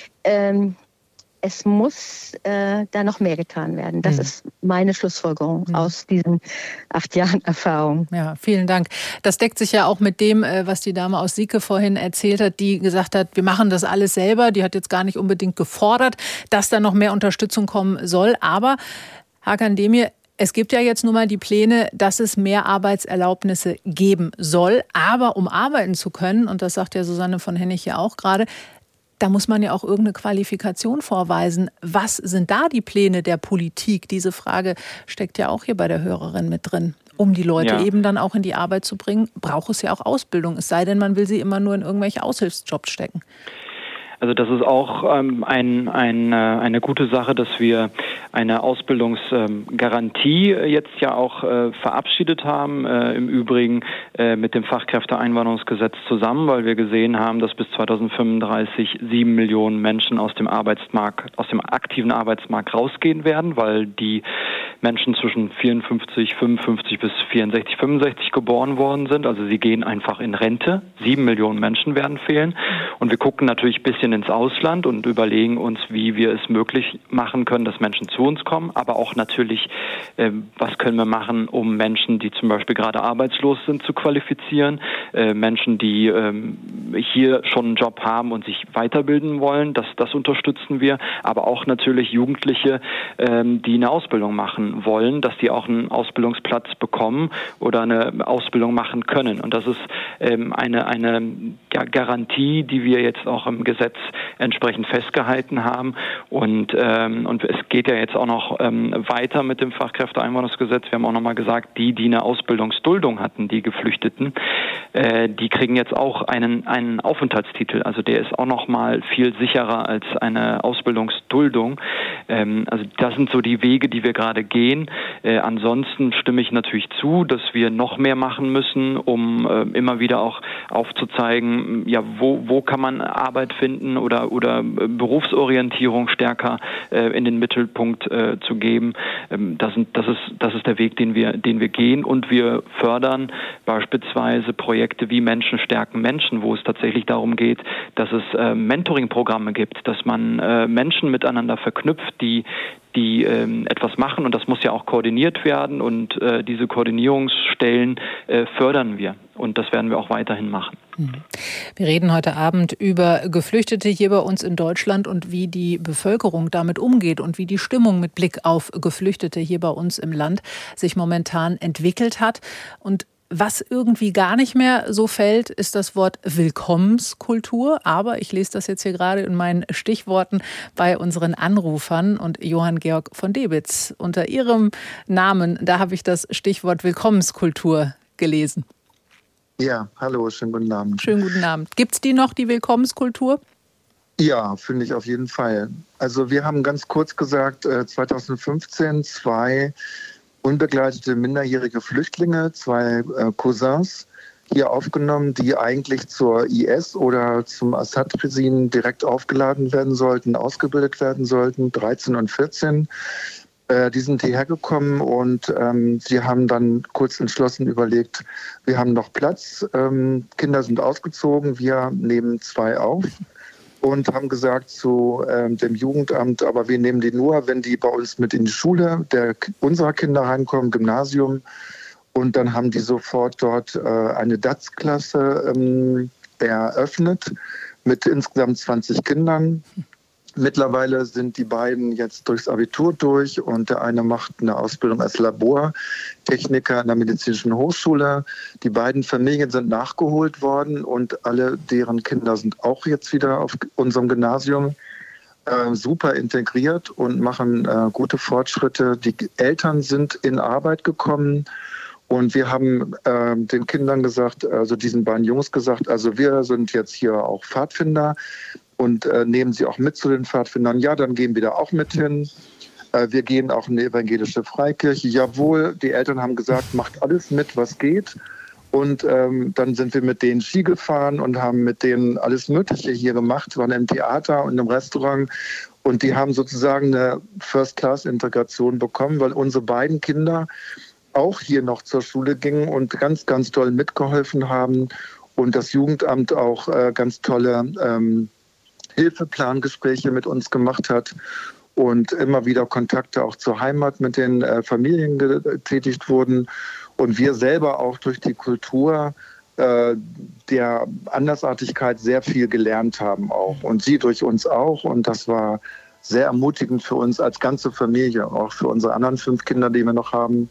ähm, es muss äh, da noch mehr getan werden. Das mhm. ist meine Schlussfolgerung mhm. aus diesen acht Jahren Erfahrung. Ja, vielen Dank. Das deckt sich ja auch mit dem, was die Dame aus Sieke vorhin erzählt hat, die gesagt hat, wir machen das alles selber. Die hat jetzt gar nicht unbedingt gefordert, dass da noch mehr Unterstützung kommen soll. Aber Hakan Demir, es gibt ja jetzt nun mal die Pläne, dass es mehr Arbeitserlaubnisse geben soll. Aber um arbeiten zu können, und das sagt ja Susanne von Hennig ja auch gerade, da muss man ja auch irgendeine Qualifikation vorweisen. Was sind da die Pläne der Politik? Diese Frage steckt ja auch hier bei der Hörerin mit drin. Um die Leute ja. eben dann auch in die Arbeit zu bringen, braucht es ja auch Ausbildung. Es sei denn, man will sie immer nur in irgendwelche Aushilfsjobs stecken. Also das ist auch ähm, ein, ein, äh, eine gute Sache, dass wir eine Ausbildungsgarantie ähm, jetzt ja auch äh, verabschiedet haben, äh, im Übrigen äh, mit dem Fachkräfteeinwanderungsgesetz zusammen, weil wir gesehen haben, dass bis zweitausendfünfunddreißig sieben Millionen Menschen aus dem Arbeitsmarkt, aus dem aktiven Arbeitsmarkt rausgehen werden, weil die Menschen zwischen vierundfünfzig, fünfundfünfzig bis vierundsechzig, fünfundsechzig geboren worden sind. Also sie gehen einfach in Rente. Sieben Millionen Menschen werden fehlen. Und wir gucken natürlich ein bisschen ins Ausland und überlegen uns, wie wir es möglich machen können, dass Menschen zu uns kommen. Aber auch natürlich, äh, was können wir machen, um Menschen, die zum Beispiel gerade arbeitslos sind, zu qualifizieren. Äh, Menschen, die ähm, hier schon einen Job haben und sich weiterbilden wollen. Das, das unterstützen wir. Aber auch natürlich Jugendliche, ähm, die eine Ausbildung machen wollen, dass die auch einen Ausbildungsplatz bekommen oder eine Ausbildung machen können. Und das ist ähm, eine, eine ja, Garantie, die wir jetzt auch im Gesetz entsprechend festgehalten haben. Und, ähm, und es geht ja jetzt auch noch ähm, weiter mit dem Fachkräfteeinwanderungsgesetz. Wir haben auch nochmal gesagt, die, die eine Ausbildungsduldung hatten, die Geflüchteten, äh, die kriegen jetzt auch einen, einen Aufenthaltstitel. Also der ist auch nochmal viel sicherer als eine Ausbildungsduldung. Ähm, also das sind so die Wege, die wir gerade gehen. Gehen. Äh, ansonsten stimme ich natürlich zu, dass wir noch mehr machen müssen, um äh, immer wieder auch aufzuzeigen, ja, wo, wo kann man Arbeit finden oder, oder äh, Berufsorientierung stärker äh, in den Mittelpunkt äh, zu geben. Ähm, das, sind, das, ist, das ist der Weg, den wir, den wir gehen, und wir fördern beispielsweise Projekte wie Menschen stärken Menschen, wo es tatsächlich darum geht, dass es äh, Mentoring-Programme gibt, dass man äh, Menschen miteinander verknüpft, die die ähm, etwas machen, und das muss ja auch koordiniert werden, und äh, diese Koordinierungsstellen äh, fördern wir, und das werden wir auch weiterhin machen. Wir reden heute Abend über Geflüchtete hier bei uns in Deutschland und wie die Bevölkerung damit umgeht und wie die Stimmung mit Blick auf Geflüchtete hier bei uns im Land sich momentan entwickelt hat. Und was irgendwie gar nicht mehr so fällt, ist das Wort Willkommenskultur. Aber ich lese das jetzt hier gerade in meinen Stichworten bei unseren Anrufern. Und Johann Georg von Debitz, unter Ihrem Namen, da habe ich das Stichwort Willkommenskultur gelesen. Ja, hallo, schönen guten Abend. Schönen guten Abend. Gibt es die noch, die Willkommenskultur? Ja, finde ich auf jeden Fall. Also wir haben ganz kurz gesagt, zwanzig fünfzehn zwei unbegleitete minderjährige Flüchtlinge, zwei äh, Cousins, hier aufgenommen, die eigentlich zur I S oder zum Assad-Regime direkt aufgeladen werden sollten, ausgebildet werden sollten, dreizehn und vierzehn. Äh, die sind hierher gekommen und ähm, sie haben dann kurz entschlossen überlegt, wir haben noch Platz, ähm, Kinder sind ausgezogen, wir nehmen zwei auf. Und haben gesagt zu äh, dem Jugendamt, aber wir nehmen die nur, wenn die bei uns mit in die Schule der, unserer Kinder reinkommen, Gymnasium. Und dann haben die sofort dort äh, eine D A Z-Klasse ähm, eröffnet mit insgesamt zwanzig Kindern. Mittlerweile sind die beiden jetzt durchs Abitur durch und der eine macht eine Ausbildung als Labortechniker an der Medizinischen Hochschule. Die beiden Familien sind nachgeholt worden und alle deren Kinder sind auch jetzt wieder auf unserem Gymnasium äh, super integriert und machen äh, gute Fortschritte. Die Eltern sind in Arbeit gekommen. Und wir haben äh, den Kindern gesagt, also diesen beiden Jungs gesagt, also wir sind jetzt hier auch Pfadfinder und äh, nehmen sie auch mit zu den Pfadfindern. Ja, dann gehen wir da auch mit hin. Äh, wir gehen auch in die evangelische Freikirche. Jawohl, die Eltern haben gesagt, macht alles mit, was geht. Und ähm, dann sind wir mit denen Ski gefahren und haben mit denen alles Mögliche hier gemacht, waren im Theater und im Restaurant. Und die haben sozusagen eine First-Class-Integration bekommen, weil unsere beiden Kinder auch hier noch zur Schule gingen und ganz, ganz toll mitgeholfen haben. Und das Jugendamt auch äh, ganz tolle ähm, Hilfeplangespräche mit uns gemacht hat und immer wieder Kontakte auch zur Heimat mit den äh, Familien getätigt wurden. Und wir selber auch durch die Kultur äh, der Andersartigkeit sehr viel gelernt haben auch. Und sie durch uns auch. Und das war sehr ermutigend für uns als ganze Familie, auch für unsere anderen fünf Kinder, die wir noch haben.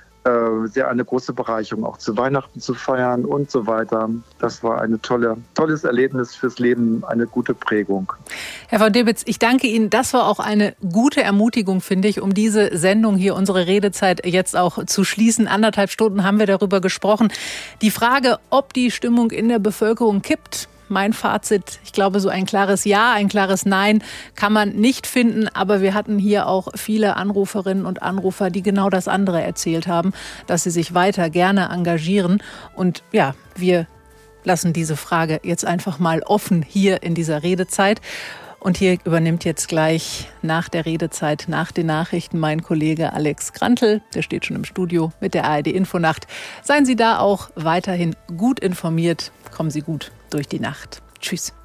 Äh, sehr eine große Bereicherung, auch zu Weihnachten zu feiern und so weiter. Das war ein tolle, tolles Erlebnis fürs Leben, eine gute Prägung. Herr von Debitz, ich danke Ihnen. Das war auch eine gute Ermutigung, finde ich, um diese Sendung hier, unsere Redezeit jetzt auch zu schließen. Anderthalb Stunden haben wir darüber gesprochen. Die Frage, ob die Stimmung in der Bevölkerung kippt, mein Fazit, ich glaube, so ein klares Ja, ein klares Nein kann man nicht finden. Aber wir hatten hier auch viele Anruferinnen und Anrufer, die genau das andere erzählt haben, dass sie sich weiter gerne engagieren. Und ja, wir lassen diese Frage jetzt einfach mal offen hier in dieser Redezeit. Und hier übernimmt jetzt gleich nach der Redezeit, nach den Nachrichten, mein Kollege Alex Grantl. Der steht schon im Studio mit der A R D-Infonacht. Seien Sie da auch weiterhin gut informiert. Kommen Sie gut durch die Nacht. Tschüss.